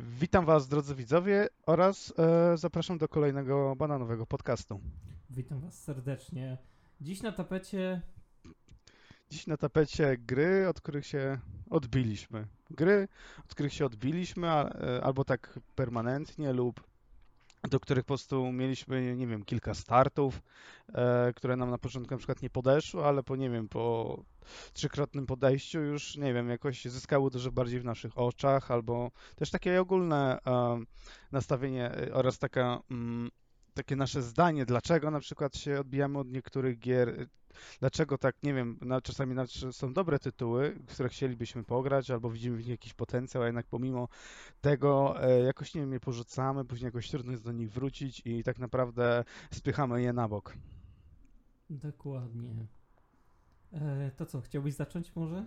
Witam Was, drodzy widzowie, oraz zapraszam do kolejnego bananowego podcastu. Witam Was serdecznie. Dziś na tapecie. Dziś na tapecie gry, od których się odbiliśmy. Gry, od których się odbiliśmy, albo tak permanentnie, lub do których po prostu mieliśmy, nie wiem, kilka startów, które nam na początku na przykład nie podeszły, ale po, nie wiem, po trzykrotnym podejściu już, nie wiem, jakoś zyskały dużo bardziej w naszych oczach, albo też takie ogólne nastawienie oraz takie nasze zdanie, dlaczego na przykład się odbijamy od niektórych gier, dlaczego tak, nie wiem, czasami są dobre tytuły, w które chcielibyśmy pograć, albo widzimy w nich jakiś potencjał, a jednak pomimo tego jakoś, nie wiem, je porzucamy, później jakoś trudno jest do nich wrócić i tak naprawdę spychamy je na bok. Dokładnie. To co, chciałbyś zacząć może?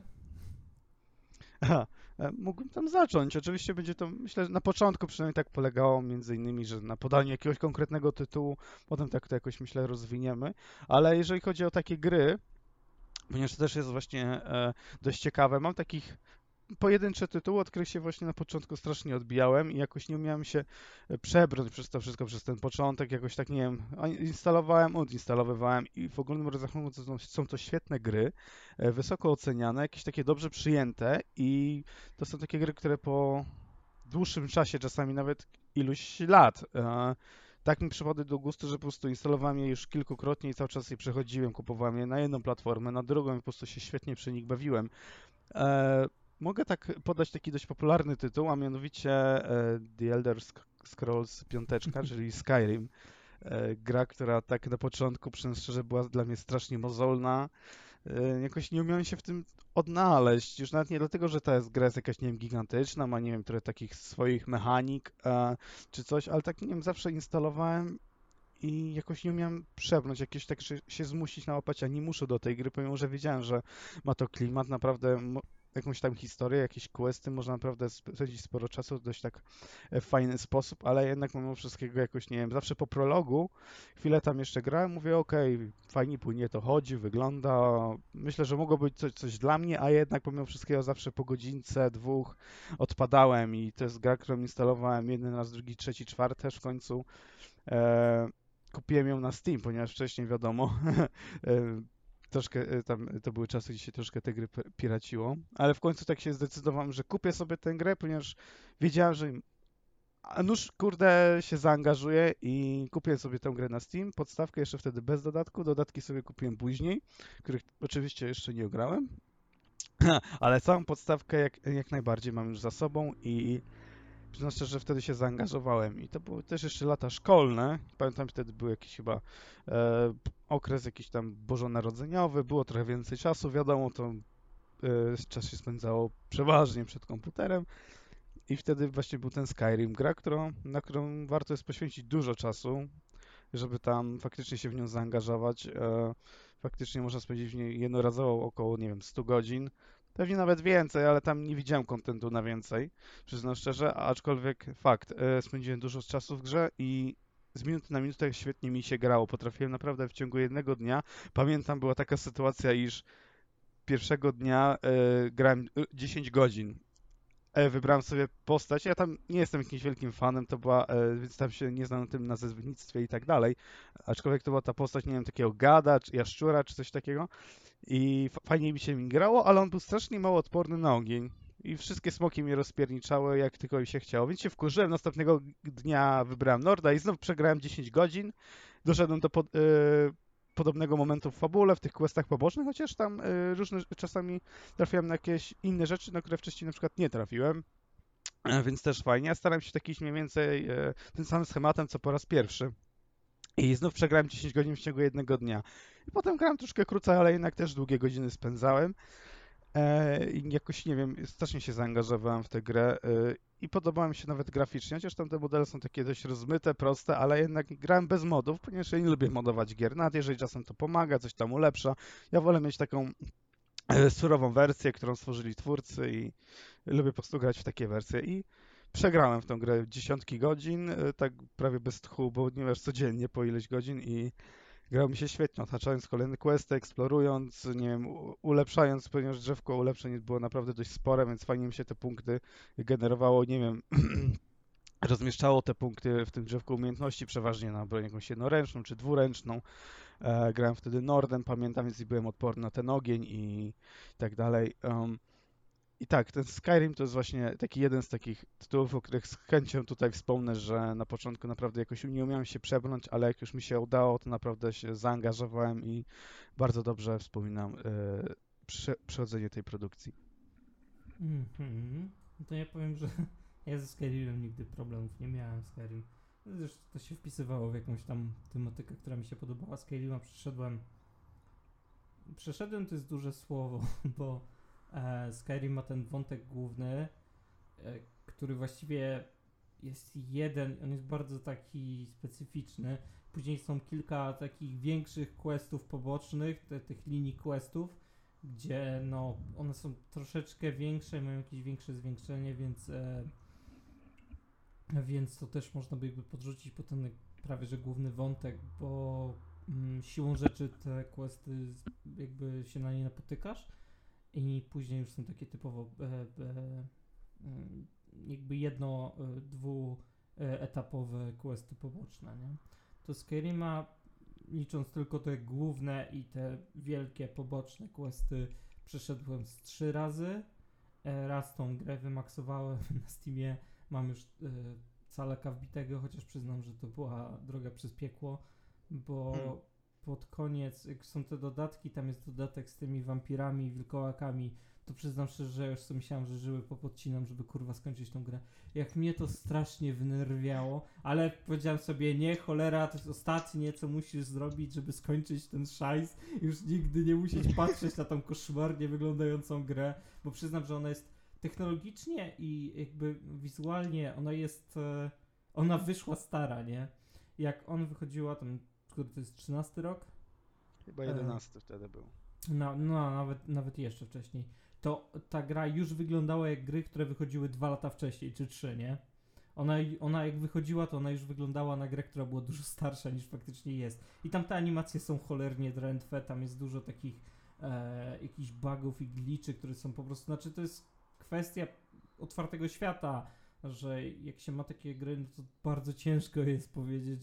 Aha, mógłbym tam zacząć. Oczywiście będzie to, myślę, że na początku przynajmniej tak polegało między innymi, że na podaniu jakiegoś konkretnego tytułu, potem tak to jakoś, myślę, rozwiniemy, ale jeżeli chodzi o takie gry, ponieważ to też jest właśnie dość ciekawe, mam takich pojedyncze tytuły, od których się właśnie na początku strasznie odbijałem i jakoś nie umiałem się przebrnąć przez to wszystko, przez ten początek, jakoś tak, nie wiem, instalowałem, odinstalowywałem i w ogólnym rozrachunku są to świetne gry, wysoko oceniane, jakieś takie dobrze przyjęte i to są takie gry, które po dłuższym czasie, czasami nawet iluś lat, tak mi przypadły do gustu, że po prostu instalowałem je już kilkukrotnie i cały czas je przechodziłem, kupowałem je na jedną platformę, na drugą i po prostu się świetnie przy nich bawiłem. E, Mogę tak podać taki dość popularny tytuł, a mianowicie The Elder Scrolls 5, czyli Skyrim. Gra, która tak na początku, przyznam szczerze, była dla mnie strasznie mozolna. Jakoś nie umiałem się w tym odnaleźć. Już nawet nie dlatego, że ta gra jest jakaś, nie wiem, gigantyczna, ma, nie wiem, trochę takich swoich mechanik czy coś, ale tak, nie wiem, zawsze instalowałem i jakoś nie umiałem przebrnąć, jakieś tak się zmusić na łapać, a nie muszę do tej gry, pomimo że wiedziałem, że ma to klimat, naprawdę jakąś tam historię, jakieś questy, można naprawdę spędzić sporo czasu w dość tak w fajny sposób, ale jednak mimo wszystkiego jakoś, nie wiem, zawsze po prologu chwilę tam jeszcze grałem, mówię, okej, fajnie płynie to chodzi, wygląda, myślę, że mogło być coś dla mnie, a jednak pomimo wszystkiego zawsze po godzince, dwóch odpadałem i to jest gra, którą instalowałem jeden raz, drugi, trzeci, czwarty też w końcu. E, Kupiłem ją na Steam, ponieważ wcześniej wiadomo, troszkę tam to były czasy, gdzie się troszkę te gry piraciło, ale w końcu tak się zdecydowałem, że kupię sobie tę grę, ponieważ wiedziałem, że a nuż kurde się zaangażuję i kupiłem sobie tę grę na Steam, podstawkę jeszcze wtedy bez dodatku, dodatki sobie kupiłem później, których oczywiście jeszcze nie ograłem, ale całą podstawkę jak najbardziej mam już za sobą i przyznam szczerze, że wtedy się zaangażowałem i to były też jeszcze lata szkolne. Pamiętam, wtedy był jakiś chyba okres jakiś tam bożonarodzeniowy, było trochę więcej czasu, wiadomo, to czas się spędzało przeważnie przed komputerem i wtedy właśnie był ten Skyrim, gra, na którą warto jest poświęcić dużo czasu, żeby tam faktycznie się w nią zaangażować. Faktycznie można spędzić w niej jednorazowo około, nie wiem, 100 godzin. Pewnie nawet więcej, ale tam nie widziałem kontentu na więcej, przyznam szczerze, aczkolwiek fakt, spędziłem dużo czasu w grze i z minuty na minutę świetnie mi się grało. Potrafiłem naprawdę w ciągu jednego dnia, pamiętam, była taka sytuacja, iż pierwszego dnia grałem 10 godzin. Wybrałem sobie postać. Ja tam nie jestem jakimś wielkim fanem, to była, więc tam się nie znam na tym nazewnictwie i tak dalej. Aczkolwiek to była ta postać, nie wiem, takiego gada, czy jaszczura, czy coś takiego. I fajnie mi się nim grało, ale on był strasznie mało odporny na ogień. I wszystkie smoki mnie rozpierniczały, jak tylko mi się chciało. Więc się wkurzyłem. Następnego dnia wybrałem Norda i znów przegrałem 10 godzin. Doszedłem do podobnego momentu w fabule, w tych questach pobocznych, chociaż tam różne czasami trafiłem na jakieś inne rzeczy, na które wcześniej na przykład nie trafiłem. Więc też fajnie. Ja staram się takiś mniej więcej tym samym schematem, co po raz pierwszy. I znów przegrałem 10 godzin w ciągu jednego dnia. I potem grałem troszkę krócej, ale jednak też długie godziny spędzałem. I jakoś, nie wiem, strasznie się zaangażowałem w tę grę i podobała mi się nawet graficznie, chociaż tam te modele są takie dość rozmyte, proste, ale jednak grałem bez modów, ponieważ ja nie lubię modować gier, nawet jeżeli czasem to pomaga, coś tam ulepsza. Ja wolę mieć taką surową wersję, którą stworzyli twórcy i lubię po prostu grać w takie wersje i przegrałem w tą grę dziesiątki godzin, tak prawie bez tchu, bo ponieważ codziennie po ileś godzin i grało mi się świetnie, otaczając kolejne questy, eksplorując, nie wiem, ulepszając, ponieważ drzewko ulepszeń było naprawdę dość spore, więc fajnie mi się te punkty generowało, nie wiem, rozmieszczało te punkty w tym drzewku umiejętności przeważnie na broń jakąś jednoręczną czy dwuręczną. Grałem wtedy Nordem, pamiętam, więc i byłem odporny na ten ogień i tak dalej. I tak, ten Skyrim to jest właśnie taki jeden z takich tytułów, o których z chęcią tutaj wspomnę, że na początku naprawdę jakoś nie umiałem się przebrnąć, ale jak już mi się udało, to naprawdę się zaangażowałem i bardzo dobrze wspominam przechodzenie tej produkcji. No to ja powiem, że ja ze Skyrimem nigdy problemów nie miałem. Skyrim. Zresztą to się wpisywało w jakąś tam tematykę, która mi się podobała. Skyrima przeszedłem to jest duże słowo, bo Skyrim ma ten wątek główny, który właściwie jest jeden, on jest bardzo taki specyficzny. Później są kilka takich większych questów pobocznych, tych linii questów, gdzie no one są troszeczkę większe, mają jakieś większe zwiększenie, więc to też można by jakby podrzucić po ten prawie że główny wątek, bo siłą rzeczy te questy jakby się na nie napotykasz i później już są takie typowo jakby dwu-etapowe questy poboczne, nie? To Skyrima, licząc tylko te główne i te wielkie poboczne questy, przeszedłem z 3 razy. Raz tą grę wymaksowałem na Steamie, mam już caleka wbitego, chociaż przyznam, że to była droga przez piekło, bo pod koniec, jak są te dodatki, tam jest dodatek z tymi wampirami, wilkołakami, to przyznam szczerze, że już sobie myślałem, że żyły popodcinam, żeby kurwa skończyć tą grę. Jak mnie to strasznie wnerwiało, ale powiedziałem sobie, nie, cholera, to jest ostatnie, co musisz zrobić, żeby skończyć ten szajs, już nigdy nie musieć patrzeć na tą koszmarnie wyglądającą grę, bo przyznam, że ona jest technologicznie i jakby wizualnie, ona wyszła stara, nie? Jak on wychodziła, tam, który to jest 13 rok? Chyba 11 wtedy był. No, nawet jeszcze wcześniej. To ta gra już wyglądała jak gry, które wychodziły 2 lata wcześniej, czy 3, nie? Ona jak wychodziła, to ona już wyglądała na grę, która była dużo starsza niż faktycznie jest. I tam te animacje są cholernie drętwe, tam jest dużo takich jakichś bugów i glitchy, które są po prostu, znaczy to jest kwestia otwartego świata, że jak się ma takie gry, no to bardzo ciężko jest powiedzieć,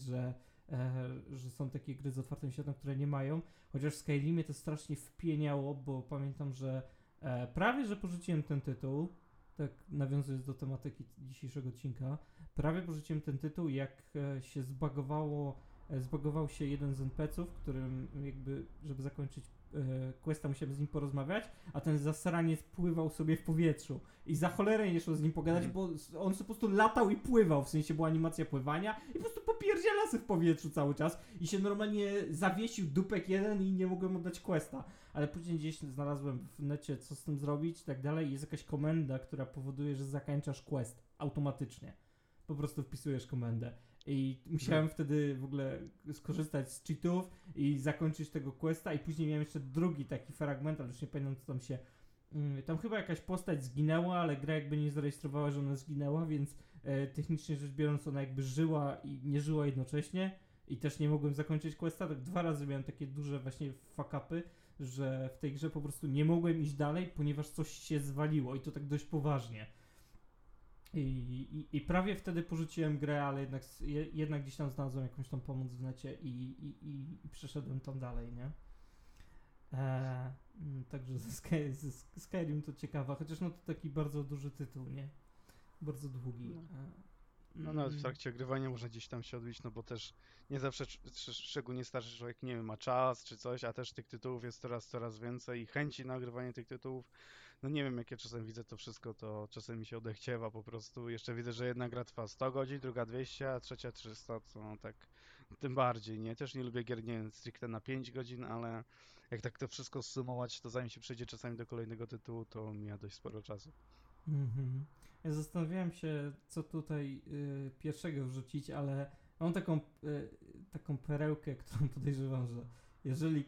że są takie gry z otwartym światem, które nie mają. Chociaż w Skyrimie to strasznie wpieniało, bo pamiętam, że prawie, że porzuciłem ten tytuł, tak nawiązując do tematyki dzisiejszego odcinka, prawie porzuciłem ten tytuł, jak się zbagował się jeden z NPC-ów, którym jakby, żeby zakończyć questa, musiałem z nim porozmawiać, a ten zasraniec pływał sobie w powietrzu i za cholerę nie szło z nim pogadać, bo on po prostu latał i pływał, w sensie była animacja pływania i po prostu popierdziela sobie w powietrzu cały czas i się normalnie zawiesił dupek jeden i nie mogłem oddać questa, ale później gdzieś znalazłem w necie, co z tym zrobić i tak dalej, jest jakaś komenda, która powoduje, że zakończasz quest automatycznie, po prostu wpisujesz komendę. I musiałem wtedy w ogóle skorzystać z cheatów i zakończyć tego questa i później miałem jeszcze drugi taki fragment, ale już nie pamiętam, co tam się... Tam chyba jakaś postać zginęła, ale gra jakby nie zarejestrowała, że ona zginęła, więc technicznie rzecz biorąc ona jakby żyła i nie żyła jednocześnie i też nie mogłem zakończyć questa, tak 2 razy miałem takie duże właśnie fuck-upy, że w tej grze po prostu nie mogłem iść dalej, ponieważ coś się zwaliło i to tak dość poważnie. I prawie wtedy porzuciłem grę, ale jednak gdzieś tam znalazłem jakąś tam pomoc w necie i przeszedłem tam dalej, nie? Także Skyrim to ciekawa, chociaż no to taki bardzo duży tytuł, nie? Bardzo długi. No nawet w trakcie ogrywania można gdzieś tam się odbić, no bo też nie zawsze, szczególnie starszy człowiek, nie wiem, ma czas czy coś, a też tych tytułów jest coraz więcej i chęci na ogrywanie tych tytułów. No nie wiem, jak ja czasem widzę to wszystko, to czasem mi się odechciewa po prostu. Jeszcze widzę, że jedna gra trwa 100 godzin, druga 200, a trzecia 300, to no tak tym bardziej, nie? Też nie lubię gier, nie wiem, stricte na 5 godzin, ale jak tak to wszystko zsumować, to zanim się przejdzie czasami do kolejnego tytułu, to mija dość sporo czasu. Ja zastanawiałem się, co tutaj pierwszego wrzucić, ale mam taką perełkę, którą podejrzewam, że jeżeli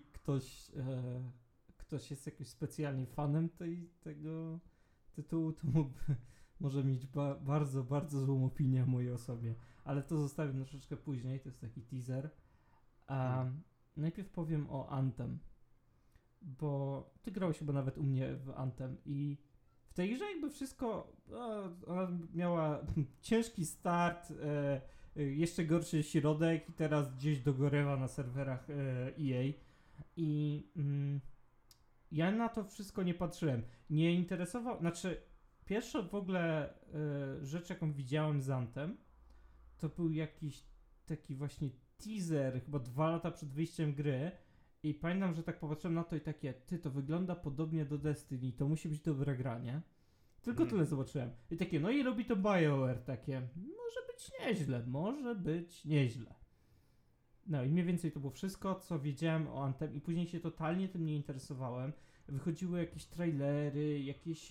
ktoś jest jakoś specjalnie fanem tego tytułu, to może mieć bardzo, bardzo złą opinię o mojej osobie. Ale to zostawię troszeczkę później, to jest taki teaser. Najpierw powiem o Anthem, bo ty grałeś chyba nawet u mnie w Anthem i w tej grze jakby wszystko, ona miała ciężki start, jeszcze gorszy środek i teraz gdzieś dogorewa na serwerach EA i ja na to wszystko nie patrzyłem. Nie interesował, znaczy pierwsza w ogóle rzecz, jaką widziałem z Anthem, to był jakiś taki właśnie teaser, chyba 2 lata przed wyjściem gry i pamiętam, że tak popatrzyłem na to i takie, to wygląda podobnie do Destiny, to musi być dobra gra, nie? Tylko tyle zobaczyłem. I takie, no i robi to BioWare, takie, może być nieźle, może być nieźle. No i mniej więcej to było wszystko, co wiedziałem o Anthem i później się totalnie tym nie interesowałem. Wychodziły jakieś trailery,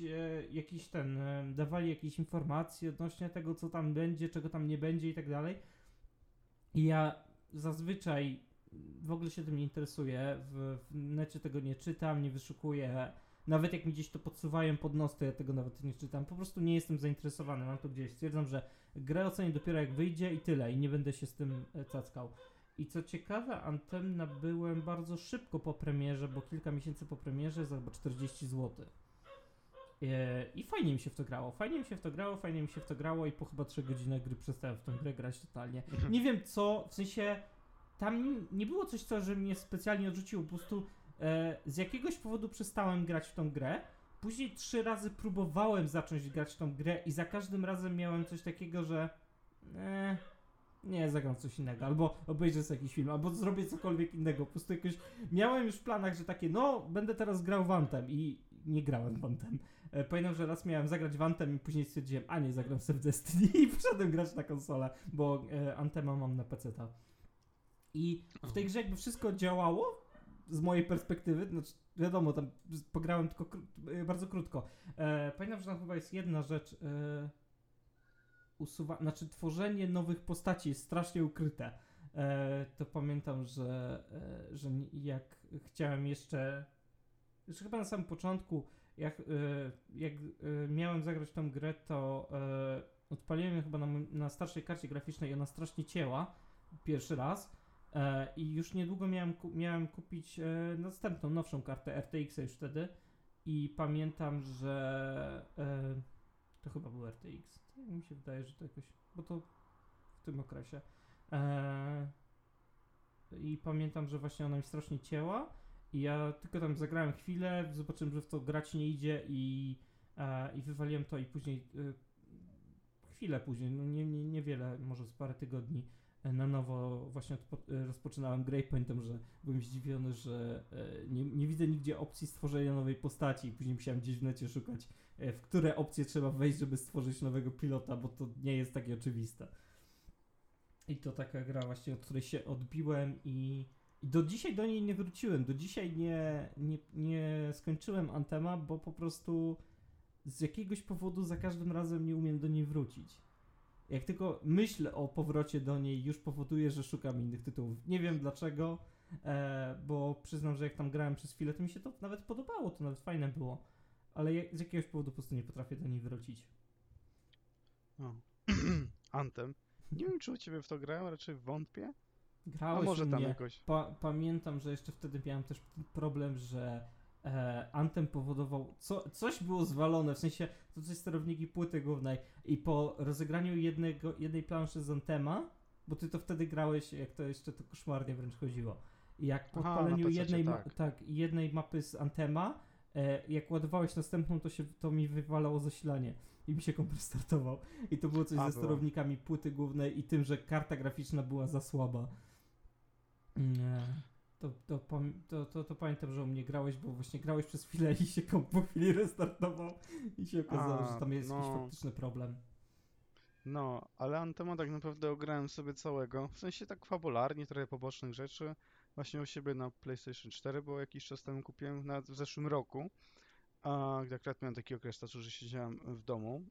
dawali jakieś informacje odnośnie tego, co tam będzie, czego tam nie będzie i tak dalej. I ja zazwyczaj w ogóle się tym nie interesuję, w necie tego nie czytam, nie wyszukuję. Nawet jak mi gdzieś to podsuwają pod nos, to ja tego nawet nie czytam. Po prostu nie jestem zainteresowany, mam to gdzieś. Stwierdzam, że grę ocenię dopiero jak wyjdzie i tyle. I nie będę się z tym cackał. I co ciekawe, Anthem nabyłem bardzo szybko po premierze, bo kilka miesięcy po premierze za chyba 40 zł. I fajnie mi się w to grało. Fajnie mi się w to grało i po chyba 3 godzinach gry przestałem w tę grę grać totalnie. Nie wiem co, w sensie tam nie było coś, co że mnie specjalnie odrzuciło. Po prostu z jakiegoś powodu przestałem grać w tą grę. Później 3 razy próbowałem zacząć grać w tą grę i za każdym razem miałem coś takiego, że nie, zagram w coś innego, albo obejrzę sobie jakiś film, albo zrobię cokolwiek innego. Po prostu jakoś miałem już w planach, że takie, no, będę teraz grał w Anthem i nie grałem w Anthem. Pamiętam, że raz miałem zagrać w Anthem i później stwierdziłem, a nie, zagram sobie w Destiny i poszedłem grać na konsolę, bo Anthema mam na PC-ta. I w tej grze jakby wszystko działało z mojej perspektywy, znaczy wiadomo, tam pograłem tylko bardzo krótko. Pamiętam, że tam chyba jest jedna rzecz, znaczy tworzenie nowych postaci jest strasznie ukryte. To pamiętam, że jak chciałem jeszcze chyba na samym początku, jak miałem zagrać tą grę, to odpaliłem ją chyba na starszej karcie graficznej i ona strasznie cięła pierwszy raz. I już niedługo miałem kupić następną, nowszą kartę RTX-a już wtedy i pamiętam, że to chyba był RTX. Mi się wydaje, że to jakoś, bo to w tym okresie. I pamiętam, że właśnie ona mi strasznie cięła i ja tylko tam zagrałem chwilę, zobaczyłem, że w to grać nie idzie i wywaliłem to i później chwilę później, no niewiele, może z parę tygodni na nowo właśnie rozpoczynałem grę i pamiętam, że byłem zdziwiony, że nie widzę nigdzie opcji stworzenia nowej postaci i później musiałem gdzieś w necie szukać, w które opcje trzeba wejść, żeby stworzyć nowego pilota, bo to nie jest takie oczywiste. I to taka gra właśnie, od której się odbiłem i do dzisiaj do niej nie wróciłem. Do dzisiaj nie skończyłem Anthema, bo po prostu z jakiegoś powodu za każdym razem nie umiem do niej wrócić. Jak tylko myślę o powrocie do niej, już powoduje, że szukam innych tytułów. Nie wiem dlaczego, bo przyznam, że jak tam grałem przez chwilę, to mi się to nawet podobało, to nawet fajne było. Ale z jakiegoś powodu po prostu nie potrafię do niej wrócić. O. Anthem. Nie wiem, czy u ciebie w to grałem, raczej wątpię. Grałeś A może u tam mnie. jakoś. Pamiętam, że jeszcze wtedy miałem też problem, że Anthem powodował, coś było zwalone, w sensie to coś sterowniki płyty głównej i po rozegraniu jednej planszy z Anthema, bo ty to wtedy grałeś, jak to jeszcze to koszmarnie wręcz chodziło. I jak po odpaleniu jednej mapy z Anthema, jak ładowałeś następną, to mi wywalało zasilanie i mi się komputer startował. I to było coś ze sterownikami płyty głównej i tym, że karta graficzna była za słaba. To pamiętam, że u mnie grałeś, bo właśnie grałeś przez chwilę i się po chwili restartował i się okazało, że tam jest jakiś faktyczny problem. No, ale Anthema tak naprawdę ograłem sobie całego, w sensie tak fabularnie, trochę pobocznych rzeczy. Właśnie u siebie na PlayStation 4, bo jakiś czas temu kupiłem w zeszłym roku, gdy akurat miałem taki okres czasu, że siedziałem w domu.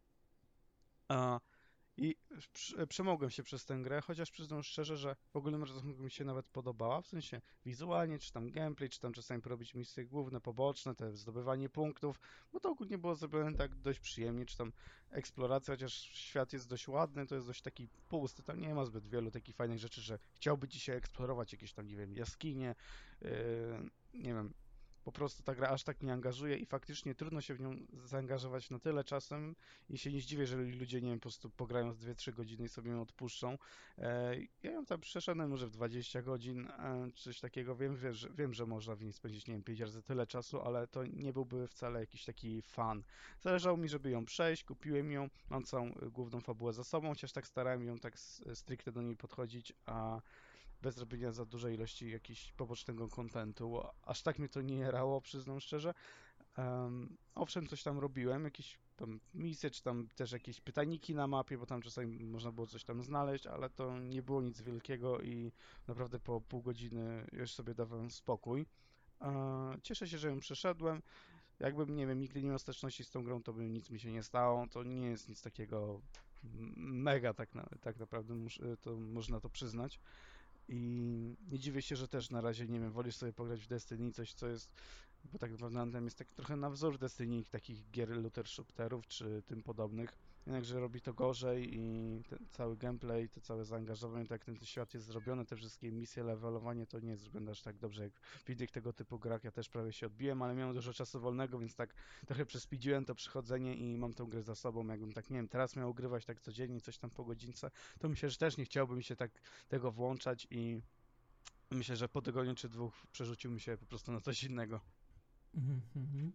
I przemogłem się przez tę grę, chociaż przyznam szczerze, że w ogólnym rozrachunku mi się nawet podobała, w sensie wizualnie, czy tam gameplay, czy tam czasami porobić misje główne, poboczne, te zdobywanie punktów, bo to ogólnie było zrobione tak dość przyjemnie, czy tam eksploracja, chociaż świat jest dość ładny, to jest dość taki pusty, tam nie ma zbyt wielu takich fajnych rzeczy, że chciałby dzisiaj eksplorować jakieś tam, nie wiem, jaskinie, nie wiem, po prostu ta gra aż tak nie angażuje i faktycznie trudno się w nią zaangażować na tyle czasem i się nie zdziwię, jeżeli ludzie, nie wiem, po prostu pograją z 2-3 godziny i sobie ją odpuszczą. Ja ją tam przeszedłem może w 20 godzin, czy coś takiego. Wiem, że można w niej spędzić, nie wiem, 5 razy tyle czasu, ale to nie byłby wcale jakiś taki fan. Zależało mi, żeby ją przejść, kupiłem ją, mam całą główną fabułę za sobą, chociaż tak starałem ją tak stricte do niej podchodzić, a bez robienia za dużej ilości jakiegoś pobocznego kontentu. Aż tak mnie to nie jarało, przyznam szczerze. Owszem, coś tam robiłem, jakieś tam misje, czy tam też jakieś pytajniki na mapie, bo tam czasami można było coś tam znaleźć, ale to nie było nic wielkiego i naprawdę po pół godziny już sobie dawałem spokój. Cieszę się, że ją przeszedłem. Jakbym, nie wiem, nigdy nie miał styczności z tą grą, to by nic mi się nie stało. To nie jest nic takiego mega tak naprawdę, to można to przyznać. I nie dziwię się, że też na razie, nie wiem, wolisz sobie pograć w Destiny, coś co jest, bo tak naprawdę Anthem jest tak trochę na wzór Destiny, takich gier looter shooterów czy tym podobnych. Jednakże robi to gorzej i ten cały gameplay, to całe zaangażowanie, tak jak ten świat jest zrobiony, te wszystkie misje, levelowanie, to nie jest zrobione aż tak dobrze jak w innych tego typu grach. Ja też prawie się odbiłem, ale miałem dużo czasu wolnego, więc tak trochę przespeedziłem to przychodzenie i mam tę grę za sobą. Jakbym tak, nie wiem, teraz miał grywać tak codziennie, coś tam po godzince, to myślę, że też nie chciałbym się tak tego włączać i myślę, że po tygodniu czy dwóch przerzucił mi się po prostu na coś innego. Mhm.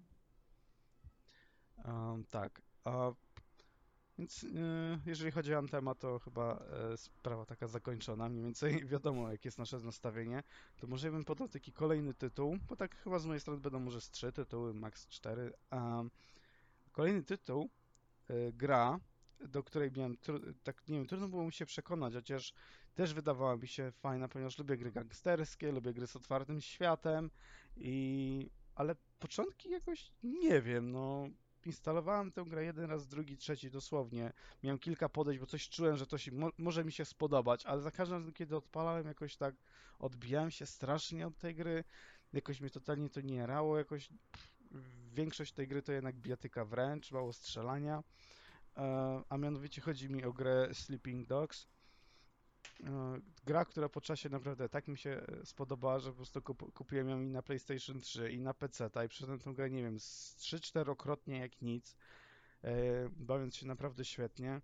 Tak. Więc jeżeli chodzi o Anthema, to chyba sprawa taka zakończona. Mniej więcej wiadomo, jakie jest nasze nastawienie. To może ja bym podał taki kolejny tytuł, bo tak chyba z mojej strony będą może z 3 tytuły, max 4. Kolejny tytuł, gra, do której miałem, tak nie wiem, trudno było mi się przekonać, chociaż też wydawała mi się fajna, ponieważ lubię gry gangsterskie, lubię gry z otwartym światem ale początki jakoś nie wiem, no instalowałem tę grę jeden raz, drugi, trzeci dosłownie. Miałem kilka podejść, bo coś czułem, że to może mi się spodobać, ale za każdym razem, kiedy odpalałem, jakoś tak odbijałem się strasznie od tej gry, jakoś mnie totalnie to nie jarało, większość tej gry to jednak bijatyka wręcz, mało strzelania. A mianowicie chodzi mi o grę Sleeping Dogs. Gra, która po czasie naprawdę tak mi się spodobała, że po prostu kupiłem ją i na PlayStation 3 i na PC, i przeszedłem tę grę, nie wiem, z 3-4-krotnie jak nic, bawiąc się naprawdę świetnie.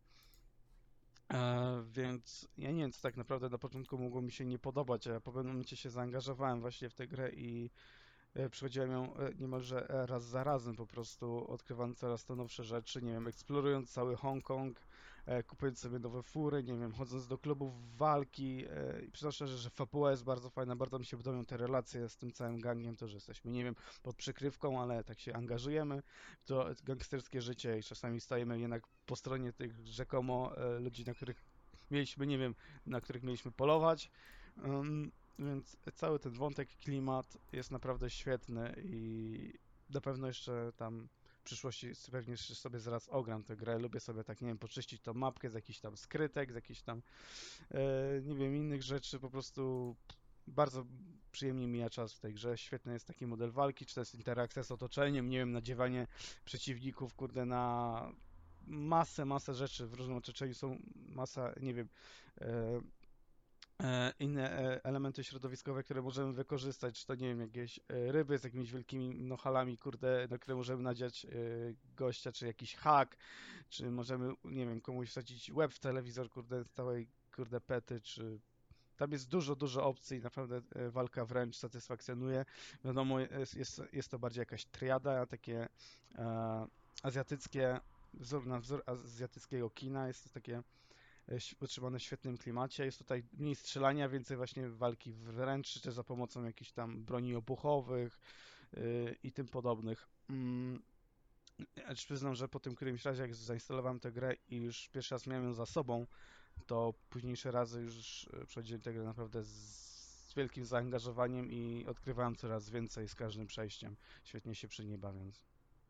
Więc ja nie wiem, co tak naprawdę na początku mogło mi się nie podobać, a ja po pewnym momencie się zaangażowałem właśnie w tę grę i przechodziłem ją niemalże raz za razem, po prostu odkrywając coraz to nowsze rzeczy, nie wiem, eksplorując cały Hongkong, kupując sobie nowe fury, nie wiem, chodząc do klubów walki i przyznam szczerze, że fabuła jest bardzo fajna, bardzo mi się podobają te relacje z tym całym gangiem, to, że jesteśmy, nie wiem, pod przykrywką, ale tak się angażujemy w to gangsterskie życie i czasami stajemy jednak po stronie tych rzekomo ludzi, na których mieliśmy, nie wiem, na których mieliśmy polować. Więc cały ten wątek, klimat jest naprawdę świetny i na pewno jeszcze tam w przyszłości pewnie jeszcze sobie zaraz ogram tę grę. Lubię sobie tak, nie wiem, poczyścić tą mapkę z jakichś tam skrytek, z jakichś tam, nie wiem, innych rzeczy. Po prostu bardzo przyjemnie mija czas w tej grze. Świetny jest taki model walki, czy to jest interakcja z otoczeniem, nie wiem, nadziewanie przeciwników, kurde, na masę rzeczy w różnym otoczeniu są masa, nie wiem, e, inne elementy środowiskowe, które możemy wykorzystać, czy to nie wiem, jakieś ryby z jakimiś wielkimi nohalami, kurde, na które możemy nadziać gościa, czy jakiś hak, czy możemy, nie wiem, komuś wsadzić łeb w telewizor, kurde, z całej, kurde, pety, czy tam jest dużo opcji i naprawdę walka wręcz satysfakcjonuje. Wiadomo, jest to bardziej jakaś triada, takie azjatyckie, na wzór azjatyckiego kina, jest to takie utrzymane w świetnym klimacie. Jest tutaj mniej strzelania, więcej właśnie walki wręcz, czy też za pomocą jakichś tam broni obuchowych i tym podobnych. Acz przyznam, że po tym którymś razie, jak zainstalowałem tę grę i już pierwszy raz miałem ją za sobą, to późniejsze razy już przechodziłem tę grę naprawdę z wielkim zaangażowaniem i odkrywałem coraz więcej z każdym przejściem, świetnie się przy niej bawiąc.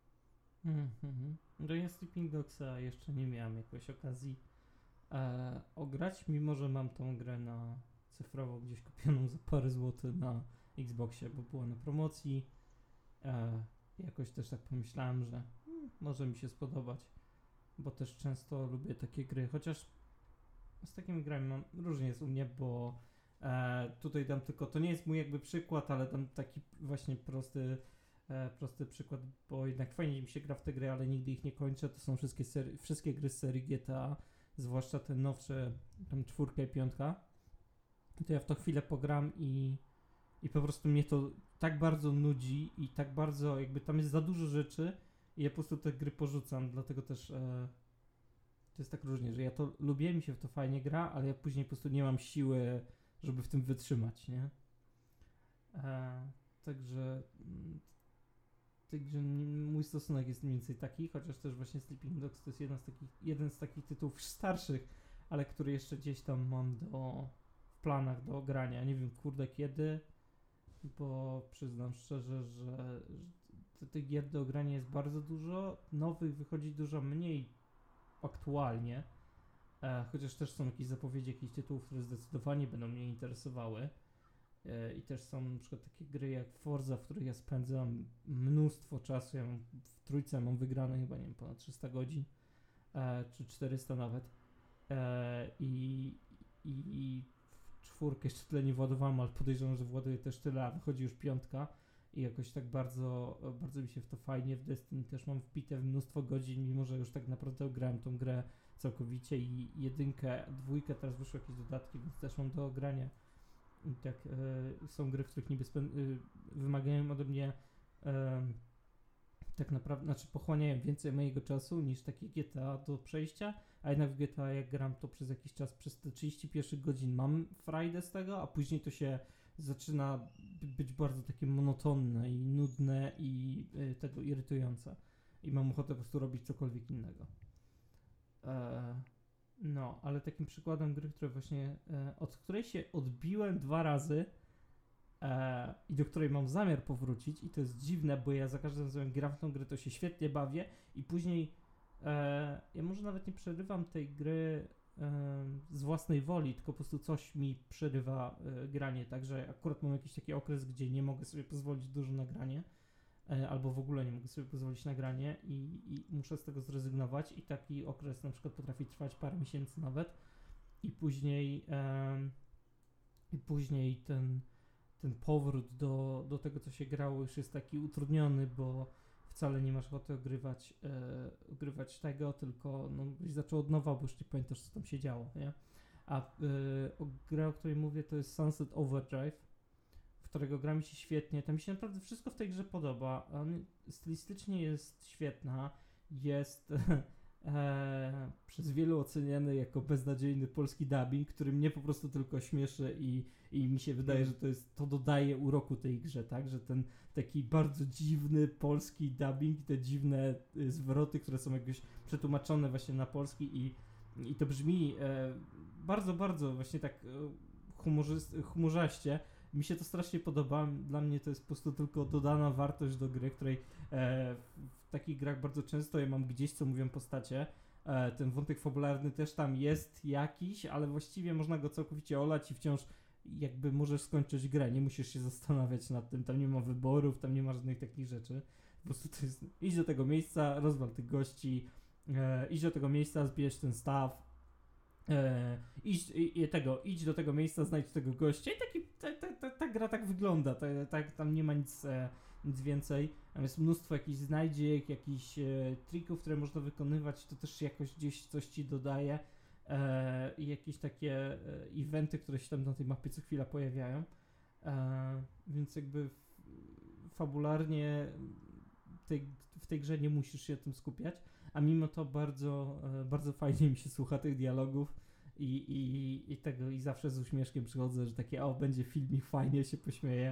No ja Sleeping Dogsa jeszcze nie miałem jakoś okazji ograć, mimo że mam tą grę na cyfrowo gdzieś kupioną za parę złotych na Xboxie, bo była na promocji. Jakoś też tak pomyślałem, że może mi się spodobać, bo też często lubię takie gry, chociaż z takimi grami mam różnie jest u mnie, bo tutaj dam tylko, to nie jest mój jakby przykład, ale dam taki właśnie prosty Prosty przykład, bo jednak fajnie mi się gra w te gry, ale nigdy ich nie kończę. To są wszystkie gry z serii GTA, zwłaszcza te nowsze, tam 4 i 5. To ja w to chwilę pogram i po prostu mnie to tak bardzo nudzi i tak bardzo jakby tam jest za dużo rzeczy i ja po prostu te gry porzucam, dlatego też to jest tak różnie, że ja to lubię, mi się w to fajnie gra, ale ja później po prostu nie mam siły, żeby w tym wytrzymać, nie? Także mój stosunek jest mniej więcej taki, chociaż też właśnie Sleeping Dogs to jest jeden z takich tytułów starszych, ale który jeszcze gdzieś tam mam w planach do grania. Nie wiem kurde kiedy, bo przyznam szczerze, że tych gier do grania jest bardzo dużo, nowych wychodzi dużo mniej aktualnie, chociaż też są jakieś zapowiedzi jakichś tytułów, które zdecydowanie będą mnie interesowały. I też są na przykład takie gry jak Forza, w których ja spędzam mnóstwo czasu. Ja mam w trójce mam wygrane chyba, nie wiem, ponad 300 godzin, czy 400 nawet. I w czwórkę jeszcze tyle nie władowałem, ale podejrzewam, że właduję też tyle, a wychodzi już piątka. I jakoś tak bardzo, bardzo mi się w to fajnie. W Destiny też mam wbite mnóstwo godzin, mimo że już tak naprawdę grałem tą grę całkowicie i jedynkę, dwójkę, teraz wyszły jakieś dodatki, więc też mam do ogrania. I tak są gry, w których niby wymagają ode mnie tak naprawdę, znaczy pochłaniają więcej mojego czasu niż takie GTA do przejścia, a jednak w GTA jak gram to przez jakiś czas, przez te 31 godzin mam frajdę z tego, a później to się zaczyna być bardzo takie monotonne i nudne i tego irytujące. I mam ochotę po prostu robić cokolwiek innego. No, ale takim przykładem gry, które właśnie, od której się odbiłem 2 razy i do której mam zamiar powrócić i to jest dziwne, bo ja za każdym razem gram w tą grę, to się świetnie bawię i później ja może nawet nie przerywam tej gry z własnej woli, tylko po prostu coś mi przerywa granie, także akurat mam jakiś taki okres, gdzie nie mogę sobie pozwolić dużo na granie, albo w ogóle nie mogę sobie pozwolić na granie i muszę z tego zrezygnować i taki okres na przykład potrafi trwać parę miesięcy nawet i później ten powrót do tego, co się grało, już jest taki utrudniony, bo wcale nie masz ochoty ogrywać tego, tylko no, byś zaczął od nowa, bo już nie pamiętasz, co tam się działo, nie? A grę, o której mówię, to jest Sunset Overdrive, w którego gra mi się świetnie. Tam mi się naprawdę wszystko w tej grze podoba. On stylistycznie jest świetna. Jest przez wielu oceniany jako beznadziejny polski dubbing, który mnie po prostu tylko śmieszy i mi się wydaje, że to dodaje uroku tej grze, tak? Że ten taki bardzo dziwny polski dubbing, te dziwne zwroty, które są jakoś przetłumaczone właśnie na polski i to brzmi bardzo, bardzo właśnie tak humorzaście. Mi się to strasznie podoba. Dla mnie to jest po prostu tylko dodana wartość do gry, której w takich grach bardzo często ja mam gdzieś, co mówią postacie. Ten wątek fabularny też tam jest jakiś, ale właściwie można go całkowicie olać i wciąż jakby możesz skończyć grę. Nie musisz się zastanawiać nad tym. Tam nie ma wyborów, tam nie ma żadnych takich rzeczy. Po prostu to jest idź do tego miejsca, rozwal tych gości, idź do tego miejsca, zbierz ten staw. Idź do tego miejsca, znajdź tego gościa i ta gra tak wygląda, tam nie ma nic więcej. Tam jest mnóstwo jakichś znajdziek, jakichś trików, które można wykonywać, to też jakoś gdzieś coś ci dodaje i jakieś takie eventy, które się tam na tej mapie co chwila pojawiają, więc jakby fabularnie w tej grze nie musisz się tym skupiać, a mimo to bardzo, bardzo fajnie mi się słucha tych dialogów i tego i zawsze z uśmieszkiem przychodzę, że takie będzie filmik, fajnie się pośmieję,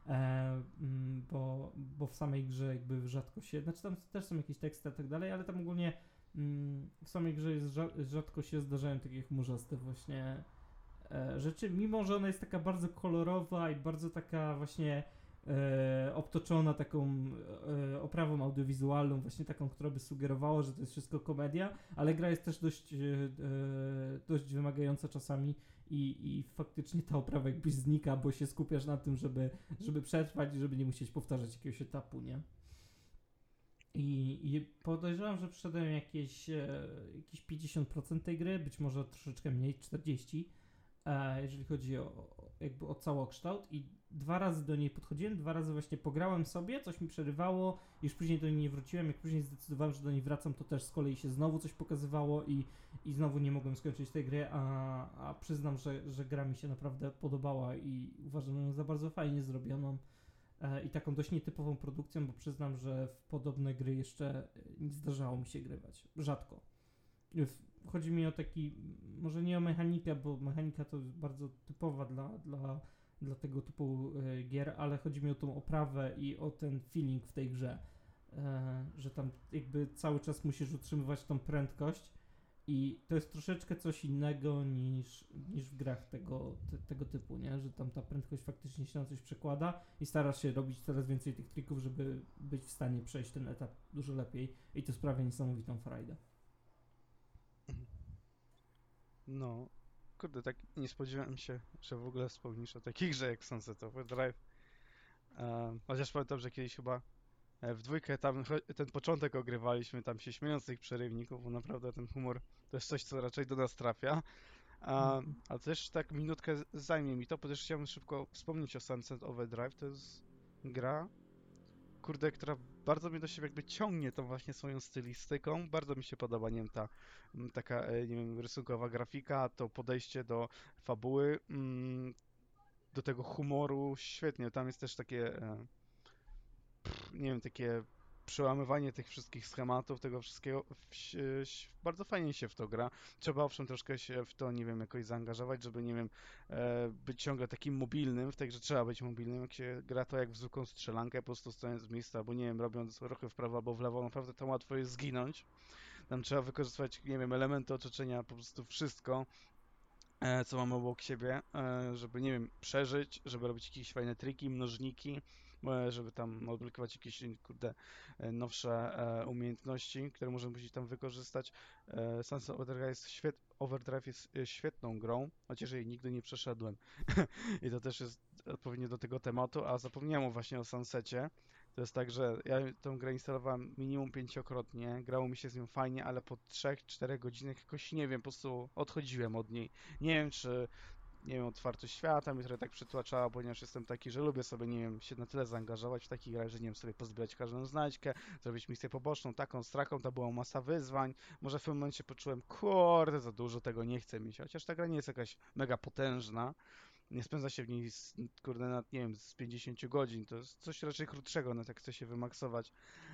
bo w samej grze jakby rzadko się, znaczy tam też są jakieś teksty i tak dalej, ale tam ogólnie w samej grze rzadko się zdarzają takie chmurzaste właśnie rzeczy, mimo że ona jest taka bardzo kolorowa i bardzo taka właśnie obtoczona taką oprawą audiowizualną, właśnie taką, która by sugerowała, że to jest wszystko komedia, ale gra jest też dość wymagająca czasami i faktycznie ta oprawa jakby znika, bo się skupiasz na tym, żeby przetrwać i żeby nie musieć powtarzać jakiegoś etapu, nie? I podejrzewam, że przeszedłem jakieś 50% tej gry, być może troszeczkę mniej, 40%. jeżeli chodzi jakby o całokształt i 2 razy do niej podchodziłem, 2 razy właśnie pograłem sobie, coś mi przerywało, już później do niej nie wróciłem, jak później zdecydowałem, że do niej wracam, to też z kolei się znowu coś pokazywało i znowu nie mogłem skończyć tej gry, a przyznam, że gra mi się naprawdę podobała i uważam ją za bardzo fajnie zrobioną i taką dość nietypową produkcją, bo przyznam, że w podobne gry jeszcze nie zdarzało mi się grywać. Rzadko. Chodzi mi o taki, może nie o mechanikę, bo mechanika to jest bardzo typowa dla tego typu gier, ale chodzi mi o tą oprawę i o ten feeling w tej grze, że tam jakby cały czas musisz utrzymywać tą prędkość i to jest troszeczkę coś innego niż w grach tego typu, nie? Że tam ta prędkość faktycznie się na coś przekłada i starasz się robić coraz więcej tych trików, żeby być w stanie przejść ten etap dużo lepiej i to sprawia niesamowitą frajdę. No, kurde, tak nie spodziewałem się, że w ogóle wspomnisz o takiej grze jak Sunset Overdrive. Chociaż pamiętam, że kiedyś chyba w dwójkę tam ten początek ogrywaliśmy, tam się śmiejąc z tych przerywników, bo naprawdę ten humor to jest coś, co raczej do nas trafia. A też tak minutkę zajmie mi to, bo też chciałbym szybko wspomnieć o Sunset Overdrive. To jest gra, kurde, która bardzo mnie do siebie jakby ciągnie tą właśnie swoją stylistyką. Bardzo mi się podoba, nie wiem, taka, nie wiem, rysunkowa grafika, to podejście do fabuły, do tego humoru, świetnie. Tam jest też takie, nie wiem, takie przełamywanie tych wszystkich schematów, tego wszystkiego. Bardzo fajnie się w to gra. Trzeba owszem troszkę się w to, nie wiem, jakoś zaangażować, żeby, nie wiem, być ciągle takim mobilnym. W tej grze trzeba być mobilnym, jak się gra to jak w zwykłą strzelankę, po prostu stojąc z miejsca, albo nie wiem, robiąc ruchy w prawo albo w lewo, naprawdę to łatwo jest zginąć. Tam trzeba wykorzystywać, nie wiem, elementy otoczenia, po prostu wszystko, co mamy obok siebie, żeby, nie wiem, przeżyć, żeby robić jakieś fajne triki, mnożniki, żeby tam odblokować jakieś, kurde, nowsze umiejętności, które możemy później tam wykorzystać. Sunset Overdrive jest świetną grą, chociaż jej nigdy nie przeszedłem. I to też jest odpowiednio do tego tematu, a zapomniałem właśnie o Sunsecie. To jest tak, że ja tę grę instalowałem minimum 5-krotnie, grało mi się z nią fajnie, ale po 3-4 godzinach jakoś, nie wiem, po prostu odchodziłem od niej. Nie wiem, czy, nie wiem, otwartość świata mnie trochę tak przytłaczała, ponieważ jestem taki, że lubię sobie, nie wiem, się na tyle zaangażować w taki grach, że nie wiem, sobie pozbierać każdą znajdźkę, zrobić misję poboczną, taką, straką, to była masa wyzwań. Może w pewnym momencie poczułem, kurde, za dużo tego nie chcę mieć, chociaż ta gra nie jest jakaś mega potężna. Nie spędza się w niej, kurde, nie wiem, z 50 godzin, to jest coś raczej krótszego, no tak chce się wymaksować,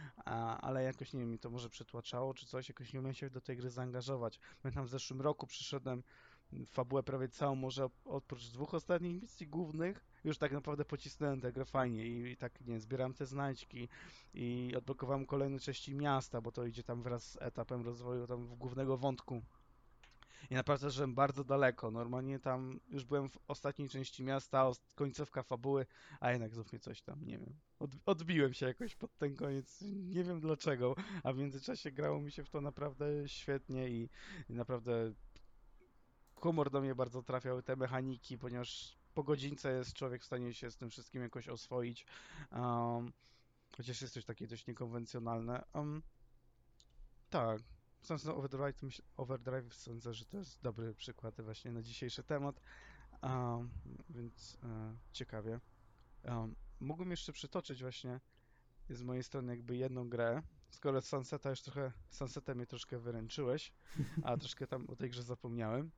ale jakoś, nie wiem, mi to może przytłaczało, czy coś, jakoś nie umiem się do tej gry zaangażować. Pamiętam, w zeszłym roku przyszedłem fabułę prawie całą, może oprócz 2 ostatnich misji głównych, już tak naprawdę pocisnąłem tę grę fajnie i tak, nie wiem, zbieram te znajdźki i odblokowałem kolejne części miasta, bo to idzie tam wraz z etapem rozwoju tam w głównego wątku. I naprawdę żyłem bardzo daleko. Normalnie tam już byłem w ostatniej części miasta, końcówka fabuły, a jednak znów mnie coś tam, nie wiem. Odbiłem się jakoś pod ten koniec, nie wiem dlaczego, a w międzyczasie grało mi się w to naprawdę świetnie i naprawdę humor do mnie bardzo trafiał, te mechaniki, ponieważ po godzince jest człowiek w stanie się z tym wszystkim jakoś oswoić. Um, Chociaż jest coś takie dość niekonwencjonalne. Tak. Sunset Overdrive sądzę, że to jest dobry przykład właśnie na dzisiejszy temat, więc ciekawie. Mógłbym jeszcze przytoczyć właśnie z mojej strony jakby jedną grę, skoro Sunsetem mnie troszkę wyręczyłeś, a troszkę tam o tej grze zapomniałem.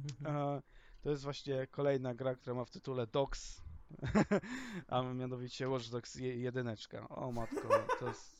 To jest właśnie kolejna gra, która ma w tytule Dogs, a mianowicie Watch Dogs 1. O matko, to jest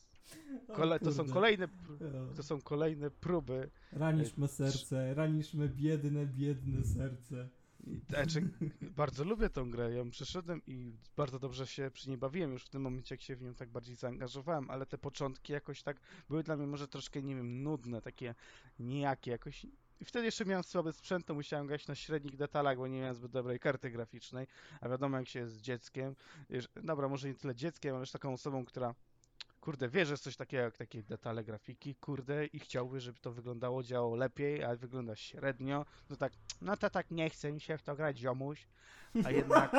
to są kolejne próby. Ranisz me serce, ranisz me biedne serce. Znaczy, bardzo lubię tą grę, ja ją przeszedłem i bardzo dobrze się przy niej bawiłem już w tym momencie, jak się w nią tak bardziej zaangażowałem, ale te początki jakoś tak były dla mnie może troszkę, nie wiem, nudne, takie nijakie jakoś. I wtedy jeszcze miałem słaby sprzęt, to musiałem grać na średnich detalach, bo nie miałem zbyt dobrej karty graficznej, a wiadomo jak się jest dzieckiem, dobra, może nie tyle dzieckiem, ale już taką osobą, która kurde, wie, że jest coś takiego jak takie detale grafiki, kurde, i chciałby, żeby to wyglądało, działało lepiej, a wygląda średnio, no tak, no to tak nie chce mi się w to grać, ziomuś, a jednak,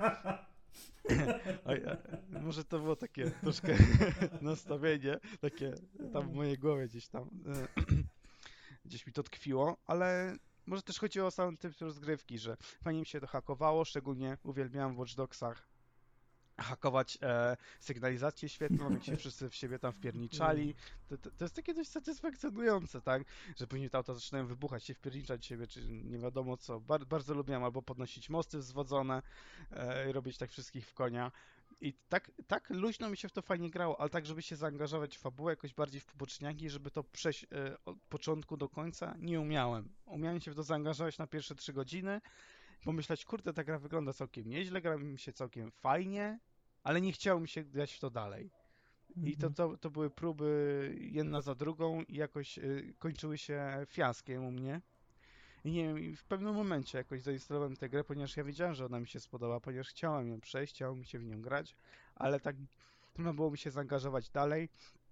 może to było takie troszkę nastawienie, takie tam w mojej głowie gdzieś tam, gdzieś mi to tkwiło, ale może też chodziło o sam typ rozgrywki, że fajnie mi się to hakowało, szczególnie uwielbiałem w Watch Dogsach hakować sygnalizację świetlną, jak się wszyscy w siebie tam wpierniczali. To jest takie dość satysfakcjonujące, tak? Że później te auta zaczynają wybuchać, się wpierniczać w siebie, czy nie wiadomo co. Bardzo lubiłem albo podnosić mosty wzwodzone, robić tak wszystkich w konia. I tak luźno mi się w to fajnie grało, ale tak, żeby się zaangażować w fabułę jakoś bardziej w poboczniaki, żeby to przejść od początku do końca, nie umiałem. Umiałem się w to zaangażować na pierwsze 3 godziny, pomyśleć, kurde, ta gra wygląda całkiem nieźle, gra mi się całkiem fajnie, ale nie chciało mi się grać w to dalej. I Mhm. to były próby jedna za drugą i jakoś kończyły się fiaskiem u mnie. I nie wiem, i w pewnym momencie jakoś zainstalowałem tę grę, ponieważ ja wiedziałem, że ona mi się spodoba, ponieważ chciałem ją przejść, chciało mi się w nią grać, ale tak trudno było mi się zaangażować dalej,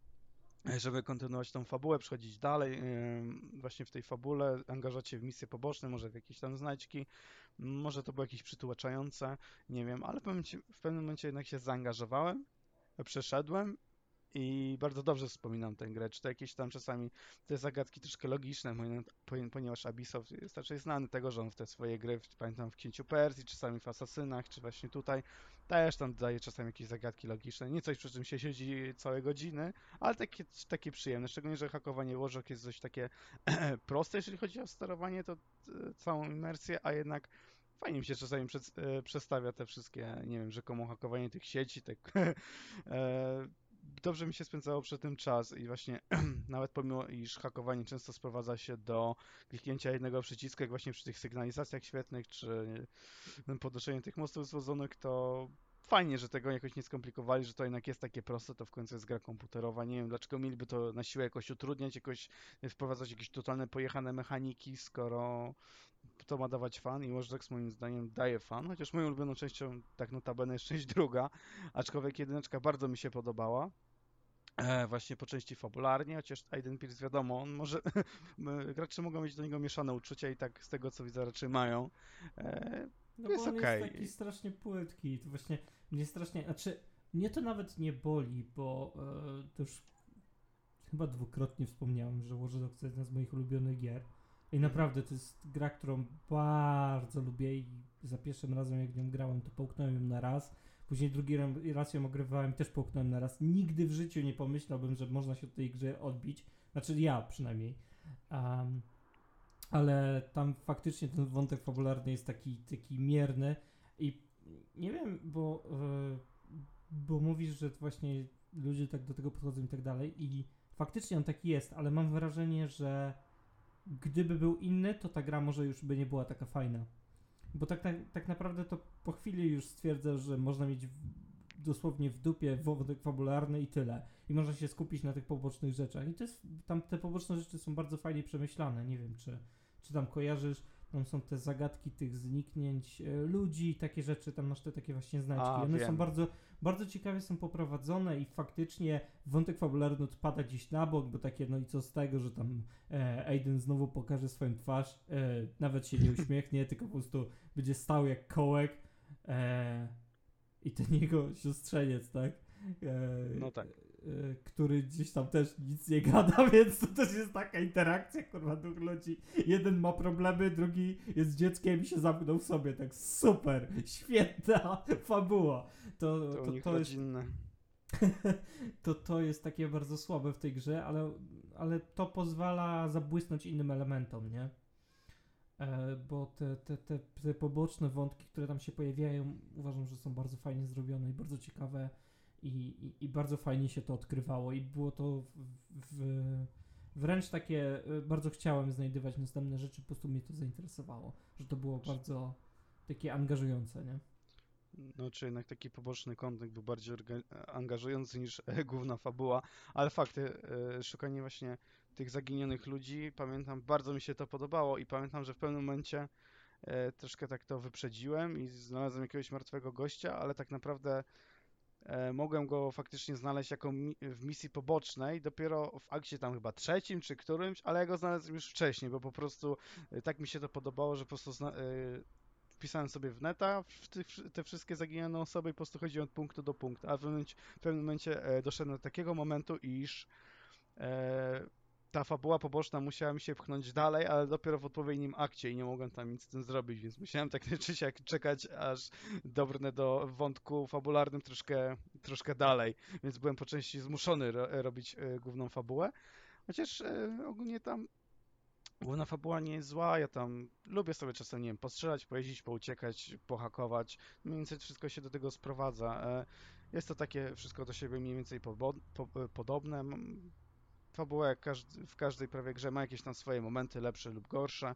żeby kontynuować tą fabułę, przechodzić dalej, właśnie w tej fabule, angażować się w misje poboczne, może w jakieś tam znajdźki, może to było jakieś przytłaczające, nie wiem, ale w pewnym momencie jednak się zaangażowałem, przeszedłem i bardzo dobrze wspominam tę grę. Czy to jakieś tam czasami te zagadki troszkę logiczne, ponieważ Ubisoft jest raczej znany tego, że on w te swoje gry, pamiętam w Księciu Persji, czasami w Asasynach, czy właśnie tutaj, też tam daje czasami jakieś zagadki logiczne. Nie coś, przy czym się siedzi całe godziny, ale takie przyjemne. Szczególnie, że hakowanie łożek jest dość takie proste, jeżeli chodzi o sterowanie, to całą imersję, a jednak fajnie mi się czasami przestawia te wszystkie, nie wiem, rzekomo hakowanie tych sieci, tak dobrze mi się spędzało przy tym czas i właśnie nawet pomimo, iż hakowanie często sprowadza się do kliknięcia jednego przycisku, jak właśnie przy tych sygnalizacjach świetnych, czy podnoszeniu tych mostów zwodzonych, to fajnie, że tego jakoś nie skomplikowali, że to jednak jest takie proste, to w końcu jest gra komputerowa. Nie wiem, dlaczego mieliby to na siłę jakoś utrudniać, jakoś wprowadzać jakieś totalne pojechane mechaniki, skoro to ma dawać fan i Watch Dogs moim zdaniem daje fan, chociaż moją ulubioną częścią tak notabene jest część druga, aczkolwiek jedyneczka bardzo mi się podobała. Właśnie po części fabularnie, chociaż Aiden Pierce wiadomo, on może gracze mogą mieć do niego mieszane uczucia i tak z tego co widzę raczej mają. E, No bo Jest on jest taki okej. strasznie płytki. To właśnie mnie strasznie. Znaczy, mnie to nawet nie boli, bo to już chyba dwukrotnie wspomniałem, że Watch Dogs to jedna z moich ulubionych gier. I Mhm. naprawdę to jest gra, którą bardzo lubię i za pierwszym razem jak w nią grałem, to połknąłem ją na raz. Później drugi raz ją ogrywałem, też połknąłem na raz. Nigdy w życiu nie pomyślałbym, że można się od tej grze odbić. Znaczy ja przynajmniej. Um, ale tam faktycznie ten wątek fabularny jest taki mierny i nie wiem, bo mówisz, że właśnie ludzie tak do tego podchodzą i tak dalej i faktycznie on taki jest, ale mam wrażenie, że gdyby był inny, to ta gra może już by nie była taka fajna. Bo tak naprawdę to po chwili już stwierdzę, że można mieć dosłownie w dupie wątek fabularny i tyle. I można się skupić na tych pobocznych rzeczach. I to jest, tam te poboczne rzeczy są bardzo fajnie przemyślane. Nie wiem, czy tam kojarzysz, tam są te zagadki tych zniknięć ludzi, takie rzeczy, tam masz te takie właśnie znajdźki. A, One są wiem. bardzo ciekawie są poprowadzone i faktycznie wątek fabularny odpada gdzieś na bok, bo takie, no i co z tego, że tam Aiden znowu pokaże swoją twarz, nawet się nie uśmiechnie, tylko po prostu będzie stał jak kołek. I ten jego siostrzeniec, tak? No tak. Który gdzieś tam też nic nie gada, więc to też jest taka interakcja, kurwa, dwóch ludzi. Jeden ma problemy, drugi jest dzieckiem i się zamknął w sobie. Tak super, świetna fabuła. To, To u to, nich to jest rodzinne. to jest takie bardzo słabe w tej grze, ale to pozwala zabłysnąć innym elementom, nie? Bo te poboczne wątki, które tam się pojawiają, uważam, że są bardzo fajnie zrobione i bardzo ciekawe i bardzo fajnie się to odkrywało i było to wręcz takie, bardzo chciałem znajdywać następne rzeczy, po prostu mnie to zainteresowało, że to było bardzo takie angażujące, nie? No, czy jednak taki poboczny kontent był bardziej angażujący niż główna fabuła, ale fakty, szukanie właśnie tych zaginionych ludzi, pamiętam, bardzo mi się to podobało i pamiętam, że w pewnym momencie troszkę tak to wyprzedziłem i znalazłem jakiegoś martwego gościa, ale tak naprawdę mogłem go faktycznie znaleźć jako w misji pobocznej dopiero w akcie tam chyba trzecim czy którymś, ale ja go znalazłem już wcześniej, bo po prostu tak mi się to podobało, że po prostu wpisałem sobie w neta te wszystkie zaginione osoby i po prostu chodziłem od punktu do punktu, a w pewnym momencie doszedłem do takiego momentu, iż ta fabuła poboczna musiała mi się pchnąć dalej, ale dopiero w odpowiednim akcie i nie mogłem tam nic z tym zrobić, więc musiałem tak czy siak czekać, aż dobrnę do wątku fabularnym troszkę dalej, więc byłem po części zmuszony robić główną fabułę, chociaż ogólnie tam główna fabuła nie jest zła, ja tam lubię sobie czasem, nie wiem, postrzelać, pojeździć, pouciekać, pohakować, mniej więcej wszystko się do tego sprowadza. Jest to takie wszystko do siebie mniej więcej podobne. Fabuła jak w każdej prawie grze ma jakieś tam swoje momenty, lepsze lub gorsze.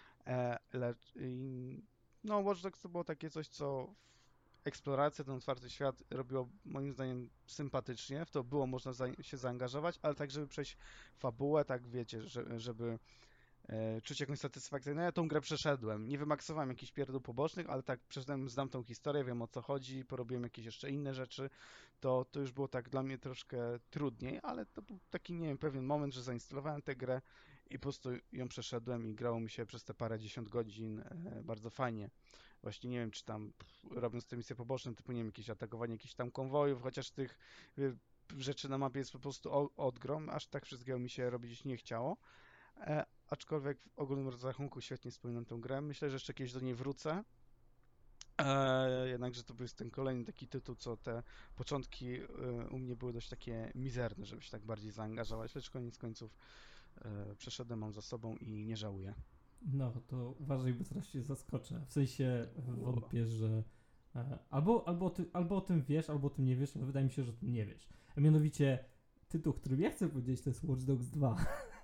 No, Watch Dogs to było takie coś, co eksplorację, ten otwarty świat robiło moim zdaniem sympatycznie, w to było można się zaangażować, ale tak, żeby przejść fabułę, tak wiecie, żeby czuć jakąś satysfakcję. No ja tą grę przeszedłem. Nie wymaksowałem jakichś pierdół pobocznych, ale tak przeszedłem, znam tą historię, wiem o co chodzi, porobiłem jakieś jeszcze inne rzeczy. To już było tak dla mnie troszkę trudniej, ale to był taki, nie wiem, pewien moment, że zainstalowałem tę grę i po prostu ją przeszedłem i grało mi się przez te parę dziesiąt godzin bardzo fajnie. Właśnie nie wiem, czy tam robiąc te misje poboczne, typu nie wiem, jakieś atakowanie jakichś tam konwojów, chociaż tych rzeczy na mapie jest po prostu odgrom, aż tak wszystkiego mi się robić nie chciało. Aczkolwiek w ogólnym rozrachunku świetnie wspominam tę grę. Myślę, że jeszcze kiedyś do niej wrócę. Jednakże to był ten kolejny taki tytuł, co te początki u mnie były dość takie mizerne, żeby się tak bardziej zaangażować, lecz koniec końców przeszedłem, mam za sobą i nie żałuję. No, to uważaj, bo zaraz cię zaskoczę. W sensie wątpię, że albo o tym wiesz, albo o tym nie wiesz, ale wydaje mi się, że o tym nie wiesz. A mianowicie tytuł, który ja chcę powiedzieć, to jest Watch Dogs 2.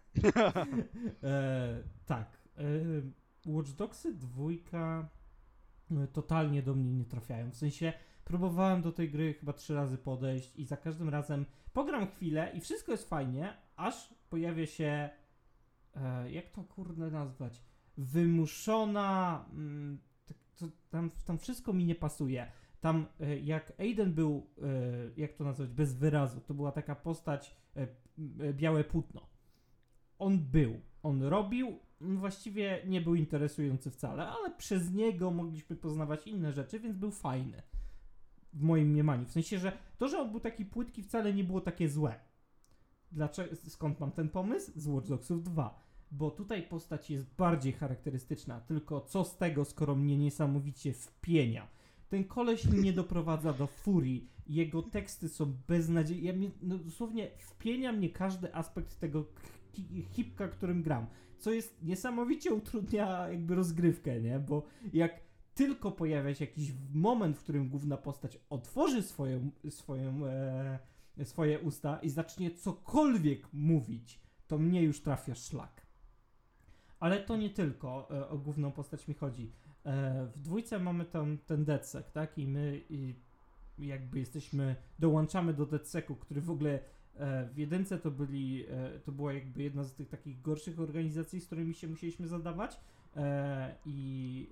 Tak. Watch Dogsy 2 totalnie do mnie nie trafiają. W sensie próbowałem do tej gry chyba 3 razy podejść i za każdym razem pogram chwilę i wszystko jest fajnie, aż pojawia się jak to kurde nazwać? Wymuszona tam wszystko mi nie pasuje. Tam jak Aiden był, jak to nazwać, bez wyrazu, to była taka postać białe płótno. On robił, właściwie nie był interesujący wcale, ale przez niego mogliśmy poznawać inne rzeczy, więc był fajny. W moim mniemaniu. W sensie, że to, że on był taki płytki, wcale nie było takie złe. Skąd mam ten pomysł? Z Watch Dogsów 2. Bo tutaj postać jest bardziej charakterystyczna, tylko co z tego, skoro mnie niesamowicie wpienia. Ten koleś mnie doprowadza do furii. Jego teksty są beznadziejne. Dosłownie wpienia mnie każdy aspekt tego hipka, którym gram. Co jest niesamowicie utrudnia jakby rozgrywkę, nie? Bo jak tylko pojawia się jakiś moment, w którym główna postać otworzy swoje usta i zacznie cokolwiek mówić, to mnie już trafia szlak. Ale to nie tylko o główną postać mi chodzi. W 2 mamy tam ten DedSec, tak? I my jakby dołączamy do DedSecu, który w ogóle w 1 to była jakby jedna z tych takich gorszych organizacji, z którymi się musieliśmy zadawać i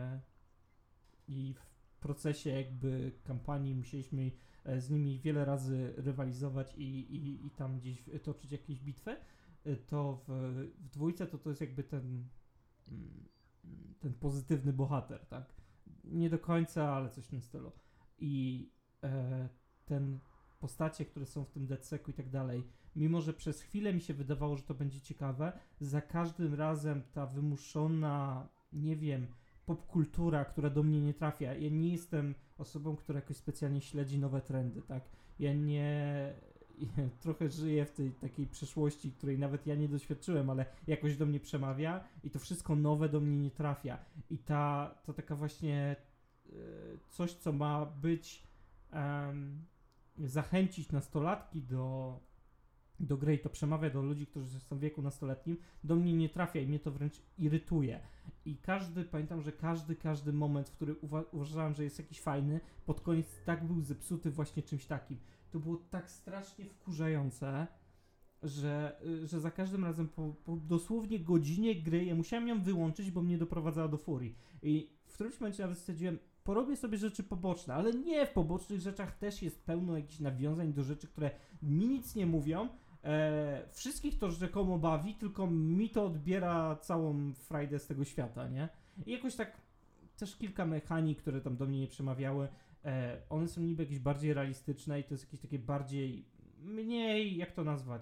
w procesie jakby kampanii musieliśmy z nimi wiele razy rywalizować i tam gdzieś toczyć jakieś bitwy. To w 2 to jest jakby ten pozytywny bohater, tak? Nie do końca, ale coś w tym stylu. I ten postacie, które są w tym DedSecu i tak dalej, mimo że przez chwilę mi się wydawało, że to będzie ciekawe, za każdym razem ta wymuszona, nie wiem, popkultura, która do mnie nie trafia. Ja nie jestem osobą, która jakoś specjalnie śledzi nowe trendy, tak? Ja trochę żyję w tej takiej przeszłości, której nawet ja nie doświadczyłem, ale jakoś do mnie przemawia i to wszystko nowe do mnie nie trafia. I to taka właśnie coś, co ma być zachęcić nastolatki do gry i to przemawia do ludzi, którzy są w wieku nastoletnim, do mnie nie trafia i mnie to wręcz irytuje. I pamiętam, że każdy moment, w którym uważałem, że jest jakiś fajny, pod koniec tak był zepsuty właśnie czymś takim. To było tak strasznie wkurzające, że za każdym razem po dosłownie godzinie gry ja musiałem ją wyłączyć, bo mnie doprowadzała do furii. I w którymś momencie nawet stwierdziłem, porobię sobie rzeczy poboczne, ale nie, w pobocznych rzeczach też jest pełno jakichś nawiązań do rzeczy, które mi nic nie mówią. Wszystkich to rzekomo bawi, tylko mi to odbiera całą frajdę z tego świata, nie? I jakoś tak też kilka mechanik, które tam do mnie nie przemawiały, one są niby jakieś bardziej realistyczne i to jest jakieś takie mniej, jak to nazwać,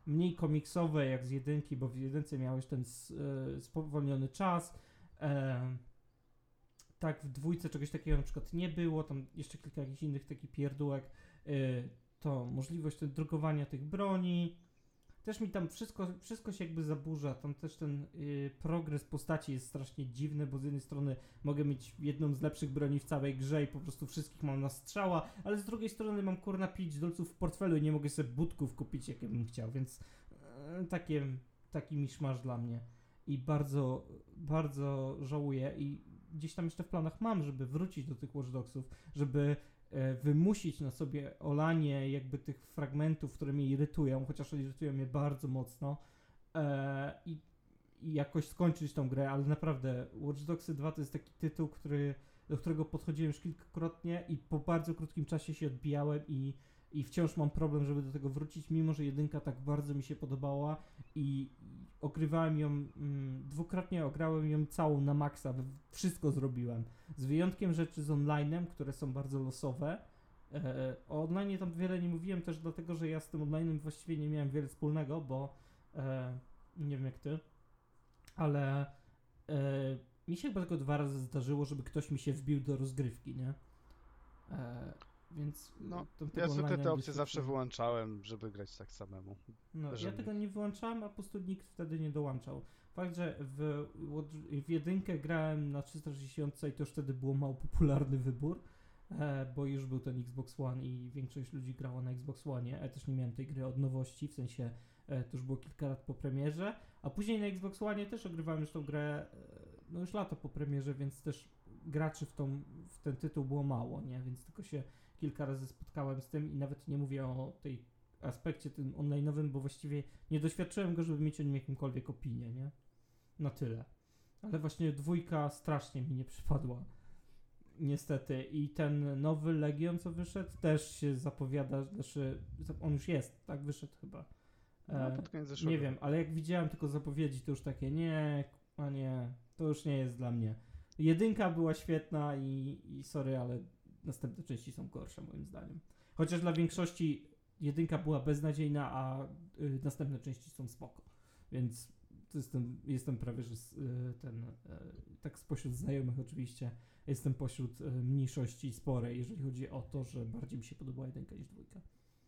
mniej komiksowe jak z jedynki, bo w jedynce miałeś ten spowolniony czas. E, tak, w dwójce czegoś takiego na przykład nie było, tam jeszcze kilka jakichś innych takich pierdółek. To możliwość drukowania tych broni. Też mi tam wszystko się jakby zaburza. Tam też ten progres postaci jest strasznie dziwny, bo z jednej strony mogę mieć jedną z lepszych broni w całej grze i po prostu wszystkich mam na strzała, ale z drugiej strony mam kurna 5 dolców w portfelu i nie mogę sobie budków kupić, jakie bym chciał, więc taki miszmasz dla mnie. I bardzo, bardzo żałuję i gdzieś tam jeszcze w planach mam, żeby wrócić do tych Watch Dogsów, żeby wymusić na sobie olanie jakby tych fragmentów, które mnie irytują, chociaż irytują mnie bardzo mocno i jakoś skończyć tą grę, ale naprawdę Watch Dogs 2 to jest taki tytuł, do którego podchodziłem już kilkakrotnie i po bardzo krótkim czasie się odbijałem i wciąż mam problem, żeby do tego wrócić, mimo że jedynka tak bardzo mi się podobała i ogrywałem ją dwukrotnie, ograłem ją całą na maksa, wszystko zrobiłem. Z wyjątkiem rzeczy z onlinem, które są bardzo losowe. O online tam wiele nie mówiłem też dlatego, że ja z tym onlinem właściwie nie miałem wiele wspólnego, bo nie wiem jak ty, ale mi się chyba tylko 2 razy zdarzyło, żeby ktoś mi się wbił do rozgrywki, nie? Więc No, ja tego zwykle online'a te opcje zawsze doświadczyłem. wyłączałem, żeby grać tak samemu. No, Bez ja tego żadnych. nie wyłączałem, a po prostu nikt wtedy nie dołączał. Fakt, że w jedynkę grałem na 360 i to już wtedy było mało popularny wybór, bo już był ten Xbox One i większość ludzi grała na Xbox One. Ja też nie miałem tej gry od nowości, w sensie to już było kilka lat po premierze, a później na Xbox One też ogrywałem już tą grę, no już lata po premierze, więc też graczy w ten tytuł było mało, nie? Więc tylko się kilka razy spotkałem z tym i nawet nie mówię o tej aspekcie tym online'owym, bo właściwie nie doświadczyłem go, żeby mieć o nim jakąkolwiek opinię, nie? Na tyle. Ale właśnie dwójka strasznie mi nie przypadła. Niestety. I ten nowy Legion, co wyszedł, też się zapowiada, znaczy on już jest, tak? Wyszedł chyba. No, pod koniec Nie zeszłego wiem, roku. ale jak widziałem tylko zapowiedzi, to już takie nie, a nie, to już nie jest dla mnie. Jedynka była świetna i sorry, ale następne części są gorsze moim zdaniem. Chociaż dla większości jedynka była beznadziejna, a następne części są spoko. Więc to jestem prawie, że tak spośród znajomych oczywiście, jestem pośród mniejszości sporej, jeżeli chodzi o to, że bardziej mi się podobała jedynka niż dwójka.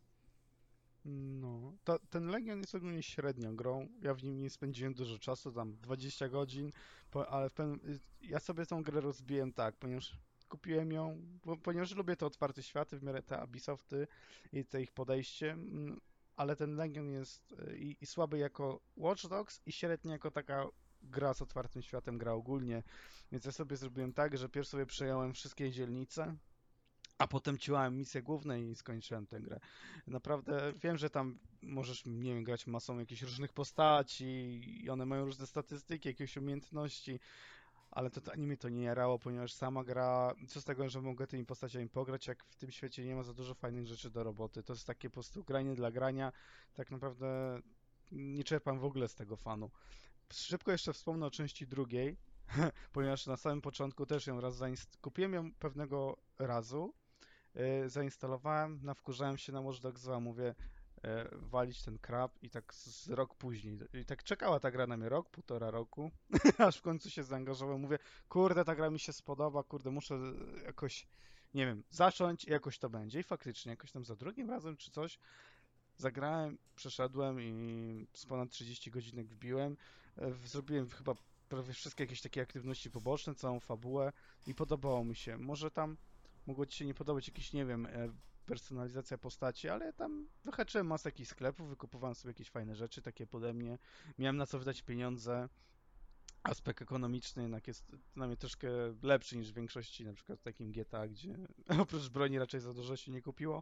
No, ten Legion jest ogólnie średnią grą. Ja w nim nie spędziłem dużo czasu, tam 20 godzin, ale ja sobie tą grę rozbiłem tak, ponieważ kupiłem ją, ponieważ lubię te otwarte światy, w miarę te Ubisofty i te ich podejście, ale ten Legion jest i słaby jako Watch Dogs i średni jako taka gra z otwartym światem, gra ogólnie. Więc ja sobie zrobiłem tak, że pierw sobie przejąłem wszystkie dzielnice, a potem ciłałem misje główne i skończyłem tę grę. Naprawdę wiem, że tam możesz, nie wiem, grać masą jakichś różnych postaci i one mają różne statystyki, jakieś umiejętności, ale to ani mnie to nie jarało, ponieważ sama gra, co z tego, że mogę tymi postaciami pograć, jak w tym świecie nie ma za dużo fajnych rzeczy do roboty. To jest takie po prostu granie dla grania. Tak naprawdę nie czerpam w ogóle z tego fanu. Szybko jeszcze wspomnę o części drugiej, ponieważ na samym początku też ją kupiłem ją pewnego razu, zainstalowałem, nawkurzałem się na Watch Dogs 2, mówię walić ten krab i tak z rok później. I tak czekała ta gra na mnie rok, półtora roku, aż w końcu się zaangażowałem. Mówię, kurde, ta gra mi się spodoba, kurde, muszę jakoś, nie wiem, zacząć i jakoś to będzie. I faktycznie, jakoś tam za drugim razem czy coś zagrałem, przeszedłem i z ponad 30 godzinek wbiłem. Zrobiłem chyba prawie wszystkie jakieś takie aktywności poboczne, całą fabułę i podobało mi się. Może tam mogło Ci się nie podobać jakieś, nie wiem, personalizacja postaci, ale tam wyhaczyłem masę jakichś sklepów, wykupowałem sobie jakieś fajne rzeczy, takie pode mnie. Miałem na co wydać pieniądze. Aspekt ekonomiczny jednak jest dla mnie troszkę lepszy niż w większości, na przykład w takim GTA, gdzie oprócz broni raczej za dużo się nie kupiło.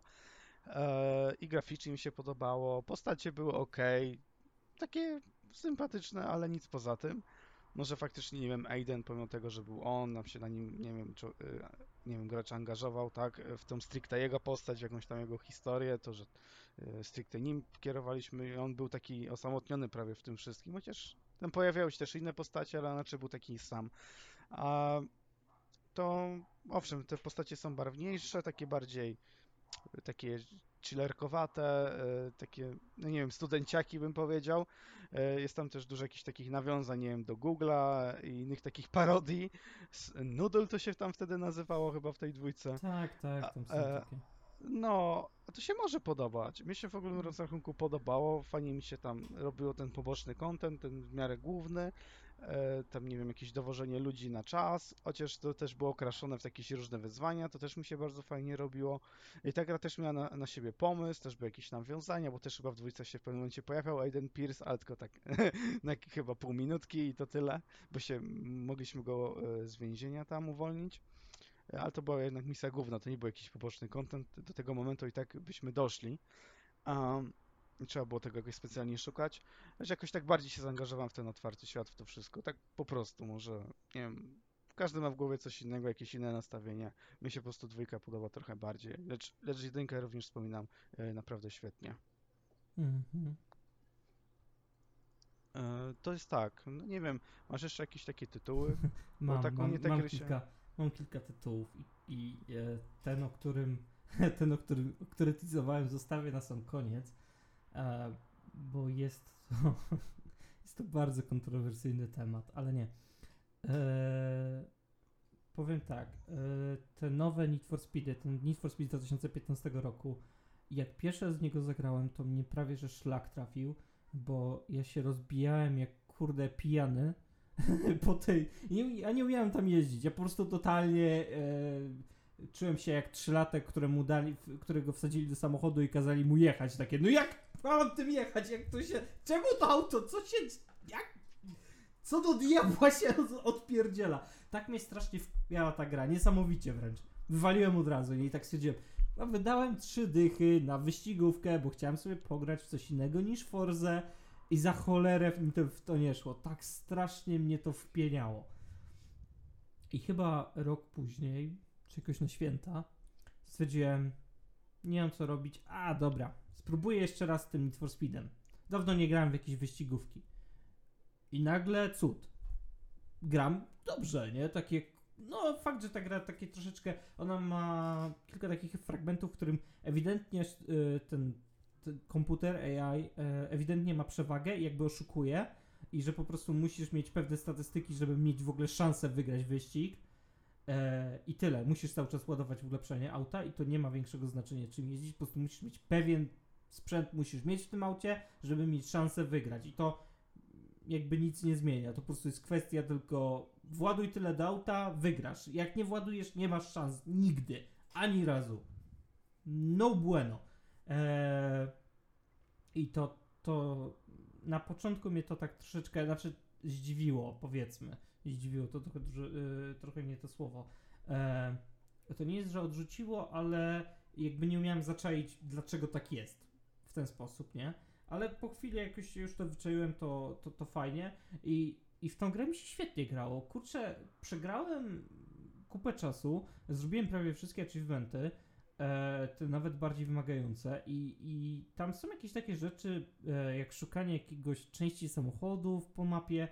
I graficznie mi się podobało, postacie były ok, takie sympatyczne, ale nic poza tym. Może faktycznie, nie wiem, Aiden, pomimo tego, że był on, nam się na nim, nie wiem, nie wiem, gracz angażował, tak, w tą stricte jego postać, w jakąś tam jego historię, to, że stricte nim kierowaliśmy i on był taki osamotniony prawie w tym wszystkim, chociaż tam pojawiały się też inne postacie, ale raczej był taki sam. A to, owszem, te postacie są barwniejsze, takie bardziej takie chillerkowate, takie, no nie wiem, studenciaki bym powiedział. Jest tam też dużo jakichś takich nawiązań, nie wiem, do Google'a i innych takich parodii. Noodle to się tam wtedy nazywało chyba w tej dwójce. Tak, tak, A, tam są takie. no, to się może podobać. Mnie się w ogóle rozrachunku podobało. Fajnie mi się tam robiło ten poboczny content, ten w miarę główny. Tam, nie wiem, jakieś dowożenie ludzi na czas, chociaż to też było okraszone w jakieś różne wyzwania, to też mi się bardzo fajnie robiło. I ta gra też miała na siebie pomysł, też były jakieś nawiązania, bo też chyba w dwójce się w pewnym momencie pojawiał Aiden Pierce, ale tylko tak na chyba pół minutki i to tyle, bo mogliśmy go z więzienia tam uwolnić. Ale to była jednak misja główna, to nie był jakiś poboczny content. Do tego momentu i tak byśmy doszli. Nie trzeba było tego jakoś specjalnie szukać. Lecz jakoś tak bardziej się zaangażowałem w ten otwarty świat, w to wszystko. Tak po prostu, może, nie wiem, każdy ma w głowie coś innego, jakieś inne nastawienie. Mi się po prostu dwójka podoba trochę bardziej, lecz jedynkę również wspominam naprawdę świetnie. Mhm. To jest tak, no nie wiem, masz jeszcze jakieś takie tytuły? Bo tak u mnie te gry się... Mam kilka tytułów i ten, o którym który teasowałem, zostawię na sam koniec, bo jest to bardzo kontrowersyjny temat, ale nie. Powiem tak, te nowe Need for Speedy, ten Need for Speed 2015 roku, jak pierwszy raz z niego zagrałem, to mnie prawie że szlak trafił, bo ja się rozbijałem jak kurde pijany po tej... Ja nie umiałem tam jeździć, ja po prostu totalnie czułem się jak 3-latek, którego wsadzili do samochodu i kazali mu jechać, takie, no jak mam tym jechać, jak to się... Czemu to auto, co do diabła się odpierdziela? Tak mnie strasznie wpiała ta gra, niesamowicie wręcz. Wywaliłem od razu i tak stwierdziłem, no wydałem 3 dychy na wyścigówkę, bo chciałem sobie pograć w coś innego niż Forze i za cholerę mi to w to nie szło. Tak strasznie mnie to wpieniało. I chyba rok później, czy jakoś na święta, stwierdziłem, nie mam co robić, dobra, spróbuję jeszcze raz z tym Need for Speedem. Dawno nie grałem w jakieś wyścigówki. I nagle cud. Gram dobrze, nie? Takie, no fakt, że ta gra takie troszeczkę, ona ma kilka takich fragmentów, w którym ewidentnie ten komputer AI ewidentnie ma przewagę i jakby oszukuje i że po prostu musisz mieć pewne statystyki, żeby mieć w ogóle szansę wygrać wyścig i tyle. Musisz cały czas ładować w ulepszenie auta i to nie ma większego znaczenia czym jeździć, po prostu musisz mieć pewien sprzęt, musisz mieć w tym aucie, żeby mieć szansę wygrać i to jakby nic nie zmienia, to po prostu jest kwestia tylko właduj tyle do auta, wygrasz. Jak nie władujesz, nie masz szans nigdy, ani razu. No bueno. I to na początku mnie to tak troszeczkę, znaczy zdziwiło, powiedzmy. Zdziwiło to trochę, trochę nie to słowo. To nie jest, że odrzuciło, ale jakby nie umiałem zaczaić, dlaczego tak jest w ten sposób, nie? Ale po chwili jakoś się już to wyczaiłem, to fajnie i w tą grę mi się świetnie grało. Kurczę, przegrałem kupę czasu, zrobiłem prawie wszystkie achievementy, te nawet bardziej wymagające i tam są jakieś takie rzeczy, jak szukanie jakiegoś części samochodów po mapie,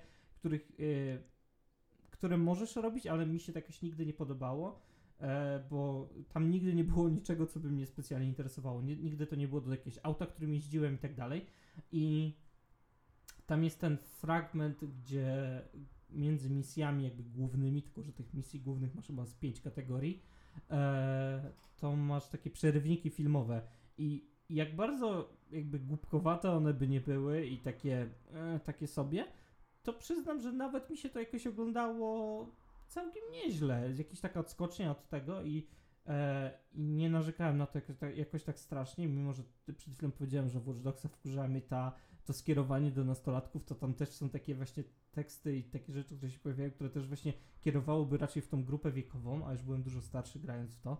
które możesz robić, ale mi się to jakoś nigdy nie podobało, bo tam nigdy nie było niczego, co by mnie specjalnie interesowało. Nigdy to nie było do jakiegoś auta, którym jeździłem i tak dalej. I tam jest ten fragment, gdzie między misjami jakby głównymi, tylko że tych misji głównych masz chyba z 5 kategorii, to masz takie przerywniki filmowe i jak bardzo jakby głupkowate one by nie były i takie sobie, to przyznam, że nawet mi się to jakoś oglądało całkiem nieźle. Jakaś taka odskocznia od tego i nie narzekałem na to jakoś tak strasznie, mimo że przed chwilą powiedziałem, że w Watch Dogsa wkurza mnie to skierowanie do nastolatków, to tam też są takie właśnie teksty i takie rzeczy, które się pojawiają, które też właśnie kierowałyby raczej w tą grupę wiekową, a już byłem dużo starszy grając w to.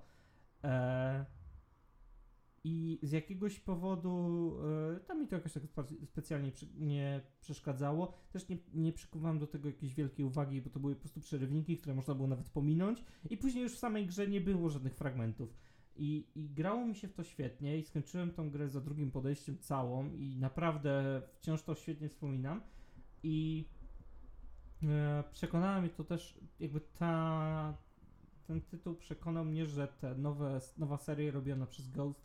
I z jakiegoś powodu tam mi to jakoś tak specjalnie nie przeszkadzało. Też nie przykuwałem do tego jakiejś wielkiej uwagi, bo to były po prostu przerywniki, które można było nawet pominąć i później już w samej grze nie było żadnych fragmentów. I grało mi się w to świetnie i skończyłem tą grę za drugim podejściem całą i naprawdę wciąż to świetnie wspominam. I przekonała mnie to też, jakby ten tytuł przekonał mnie, że te nowa seria robiona przez Ghost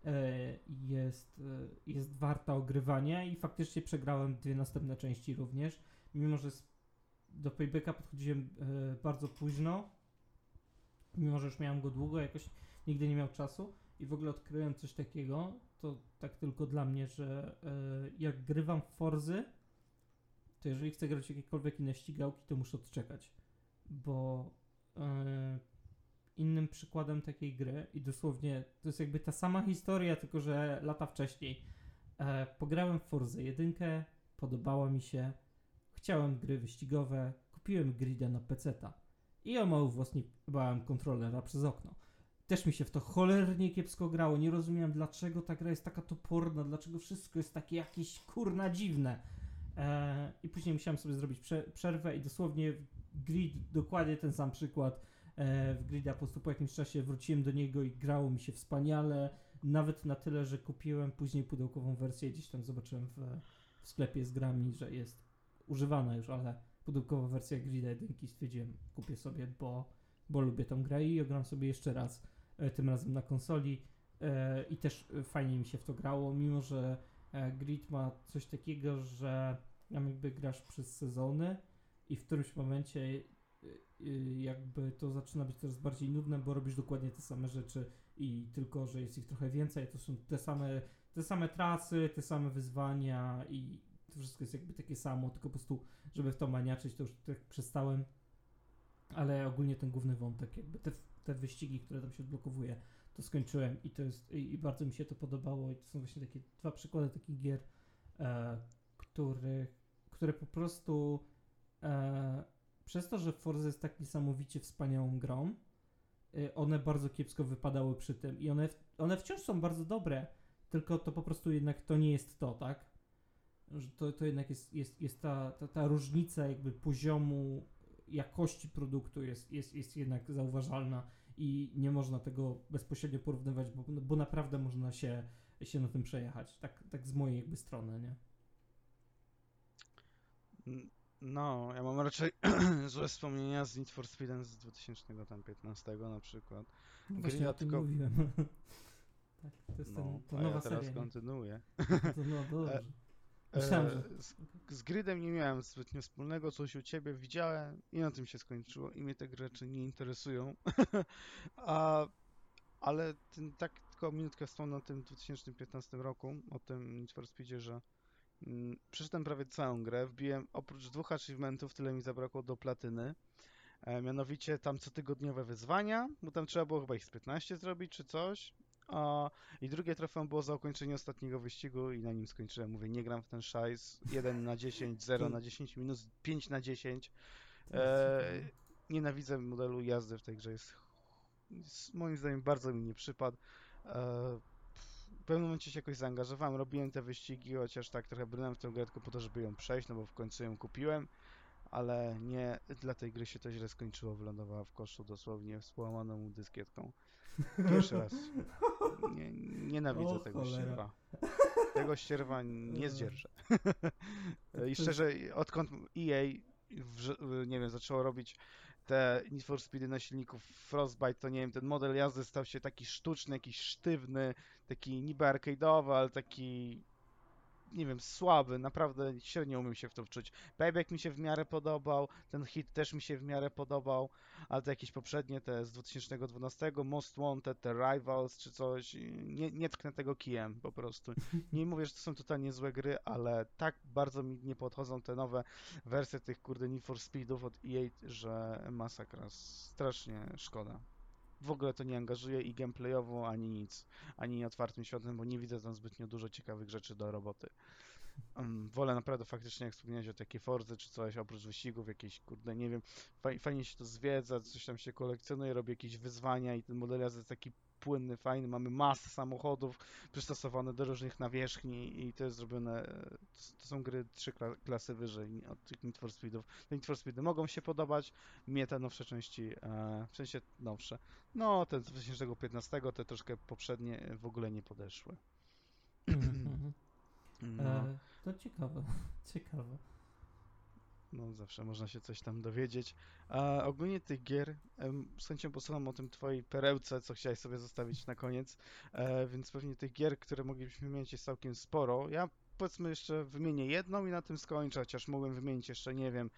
jest warta ogrywania i faktycznie przegrałem 2 następne części również, mimo że do Paybacka podchodziłem bardzo późno, mimo że już miałem go długo, jakoś nigdy nie miał czasu i w ogóle odkryłem coś takiego, to tak tylko dla mnie, że jak grywam w Forzy, to jeżeli chcę grać w jakiekolwiek inne ścigałki, to muszę odczekać, bo innym przykładem takiej gry i dosłownie to jest jakby ta sama historia, tylko że lata wcześniej pograłem w Forzę 1, podobała mi się, chciałem gry wyścigowe, kupiłem Grida na peceta i o mały włos nie bałem kontrolera przez okno. Też mi się w to cholernie kiepsko grało, nie rozumiałem dlaczego ta gra jest taka toporna, dlaczego wszystko jest takie jakieś kurna dziwne. I później musiałem sobie zrobić przerwę i dosłownie Grid, dokładnie ten sam przykład. W Grida po prostu po jakimś czasie wróciłem do niego i grało mi się wspaniale, nawet na tyle, że kupiłem później pudełkową wersję, gdzieś tam zobaczyłem w sklepie z grami, że jest używana już, ale pudełkowa wersja Grida 1 stwierdziłem, kupię sobie, bo lubię tą grę i gram sobie jeszcze raz, tym razem na konsoli i też fajnie mi się w to grało, mimo że Grid ma coś takiego, że jakby grasz przez sezony i w którymś momencie jakby to zaczyna być coraz bardziej nudne, bo robisz dokładnie te same rzeczy i tylko, że jest ich trochę więcej, to są te same trasy, te same wyzwania i to wszystko jest jakby takie samo, tylko po prostu, żeby w to maniaczyć, to już tak przestałem, ale ogólnie ten główny wątek, jakby te wyścigi, które tam się odblokowuje, to skończyłem i to jest, i bardzo mi się to podobało i to są właśnie takie 2 przykłady takich gier, które po prostu przez to, że Forza jest tak niesamowicie wspaniałą grą, one bardzo kiepsko wypadały przy tym i one wciąż są bardzo dobre, tylko to po prostu jednak to nie jest to, tak? Że to jednak jest ta różnica jakby poziomu jakości produktu jest jednak zauważalna i nie można tego bezpośrednio porównywać, bo naprawdę można się na tym przejechać, tak z mojej jakby strony, nie? No, ja mam raczej złe wspomnienia z Need for Speedem z 2015 na przykład. Właśnie Grilla o tym tylko, mówiłem. Tak, to jest no, to a ja nowa teraz seria, nie? kontynuuję. No E, dobrze. Myślałem, że... z Gridem nie miałem zbytnio wspólnego, coś u ciebie widziałem i na tym się skończyło i mnie te rzeczy nie interesują. A, ale tak tylko minutkę wspomnę o tym 2015 roku, o tym Need for Speedzie, że przeczytałem prawie całą grę, wbiłem oprócz 2 achievementów, tyle mi zabrakło do platyny. Mianowicie tam cotygodniowe wyzwania, bo tam trzeba było chyba ich z 15 zrobić czy coś. I drugie trofeum było za ukończenie ostatniego wyścigu i na nim skończyłem. Mówię, nie gram w ten szajs. 1 na 10, 0 To, na 10, minus 5 na 10. to jest ciekawe. Nienawidzę modelu jazdy w tej grze. Moim zdaniem bardzo mi nie przypadł. W pewnym momencie się jakoś zaangażowałem, robiłem te wyścigi, chociaż tak trochę brnąłem w tę grę tylko po to, żeby ją przejść, no bo w końcu ją kupiłem. Ale nie dla tej gry się to źle skończyło, wylądowała w koszu dosłownie z połamaną dyskietką. Pierwszy raz. Nienawidzę O tego cholera. ścierwa. Tego ścierwa nie zdzierżę. I To jest... szczerze, odkąd EA, nie wiem, zaczęło robić te Need for Speedy na silniku Frostbite, to nie wiem, ten model jazdy stał się taki sztuczny, jakiś sztywny, taki niby arcade'owy, ale taki nie wiem, słaby, naprawdę średnio umiem się w to wczuć. Payback mi się w miarę podobał, ten hit też mi się w miarę podobał, ale te jakieś poprzednie, te z 2012, Most Wanted, te Rivals czy coś, nie tknę tego kijem po prostu. Nie mówię, że to są totalnie złe gry, ale tak bardzo mi nie podchodzą te nowe wersje tych kurde Need for Speedów od EA, że masakra, strasznie szkoda. W ogóle to nie angażuje i gameplayowo, ani nic, ani otwartym światem, bo nie widzę tam zbytnio dużo ciekawych rzeczy do roboty. Wolę naprawdę faktycznie, jak wspomniałeś o takiej Forzy czy coś, oprócz wyścigów, jakieś, kurde, nie wiem, fajnie się to zwiedza, coś tam się kolekcjonuje, robi jakieś wyzwania i ten model jazdy jest taki płynny, fajny, mamy masę samochodów przystosowane do różnych nawierzchni i to jest zrobione, to są gry 3 klasy wyżej od tych Need for Speedów. Te Need for Speedy mogą się podobać, mnie te nowsze części, w sensie nowsze, no te z 2015, te troszkę poprzednie w ogóle nie podeszły. Mhm. No. To ciekawe, ciekawe. No, zawsze można się coś tam dowiedzieć. A ogólnie tych gier, z chęcią posłucham o tym twojej perełce, co chciałeś sobie zostawić na koniec, więc pewnie tych gier, które moglibyśmy mieć jest całkiem sporo. Ja powiedzmy jeszcze wymienię jedną i na tym skończę, chociaż mogłem wymienić jeszcze, nie wiem,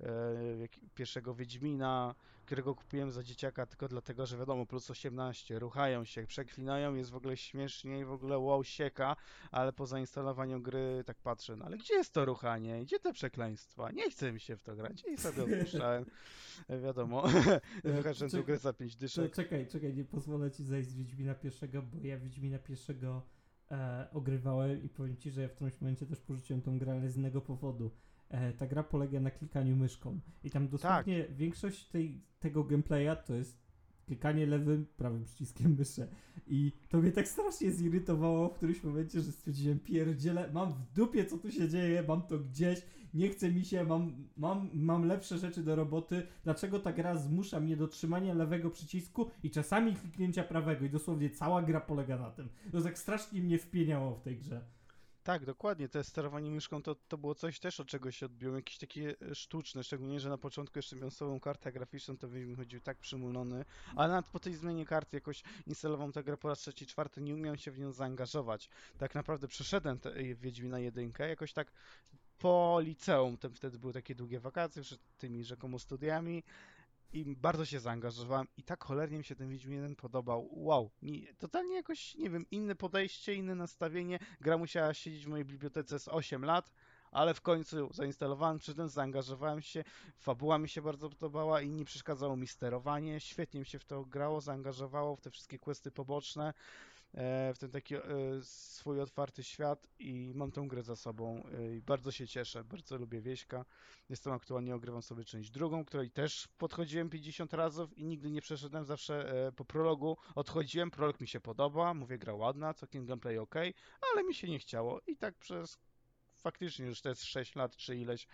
pierwszego Wiedźmina, którego kupiłem za dzieciaka tylko dlatego, że wiadomo, plus 18, ruchają się, przeklinają, jest w ogóle śmiesznie i w ogóle wow, sieka, ale po zainstalowaniu gry tak patrzę, no ale gdzie jest to ruchanie? Gdzie te przekleństwa? Nie chce mi się w to grać i sobie odpuszczałem. Wiadomo, wyhaczyłem tę grę za 5 To dyszek. czekaj, nie pozwolę ci zejść z Wiedźmina pierwszego, bo ja Wiedźmina pierwszego ogrywałem i powiem ci, że ja w którymś momencie też porzuciłem tą grę, ale z innego powodu. Ta gra polega na klikaniu myszką i tam Tak, dosłownie większość tego gameplaya to jest klikanie lewym, prawym przyciskiem myszy. I to mnie tak strasznie zirytowało w którymś momencie, że stwierdziłem, pierdziele, mam w dupie co tu się dzieje, mam to gdzieś, nie chce mi się, mam lepsze rzeczy do roboty. Dlaczego ta gra zmusza mnie do trzymania lewego przycisku i czasami kliknięcia prawego? I dosłownie cała gra polega na tym. To tak strasznie mnie wpieniało w tej grze. tak, dokładnie. To sterowanie myszką to było coś też, od czego się odbiło. Jakieś takie sztuczne, szczególnie, że na początku jeszcze miał sobą kartę graficzną, to mi chodził tak przymulony, ale nawet po tej zmianie karty jakoś instalowałem tę grę po raz trzeci, czwarty, nie umiałem się w nią zaangażować. Tak naprawdę przeszedłem Wiedźmina jedynkę, jakoś tak po liceum, wtedy były takie długie wakacje przed tymi rzekomo studiami i bardzo się zaangażowałem i tak cholernie mi się ten Wiedźmin 1 podobał. Wow, totalnie jakoś, nie wiem, inne podejście, inne nastawienie. Gra musiała siedzieć w mojej bibliotece z 8 lat, ale w końcu zainstalowałem, przy tym zaangażowałem się, fabuła mi się bardzo podobała i nie przeszkadzało mi sterowanie. Świetnie mi się w to grało, zaangażowało w te wszystkie questy poboczne, w ten taki swój otwarty świat i mam tą grę za sobą i bardzo się cieszę, bardzo lubię Wieśka. Jestem aktualnie, ogrywam sobie część drugą, której też podchodziłem 50 razy i nigdy nie przeszedłem, zawsze po prologu odchodziłem, prolog mi się podoba, mówię, gra ładna, całkiem gameplay ok, ale mi się nie chciało i tak przez faktycznie już to jest 6 lat czy ileś,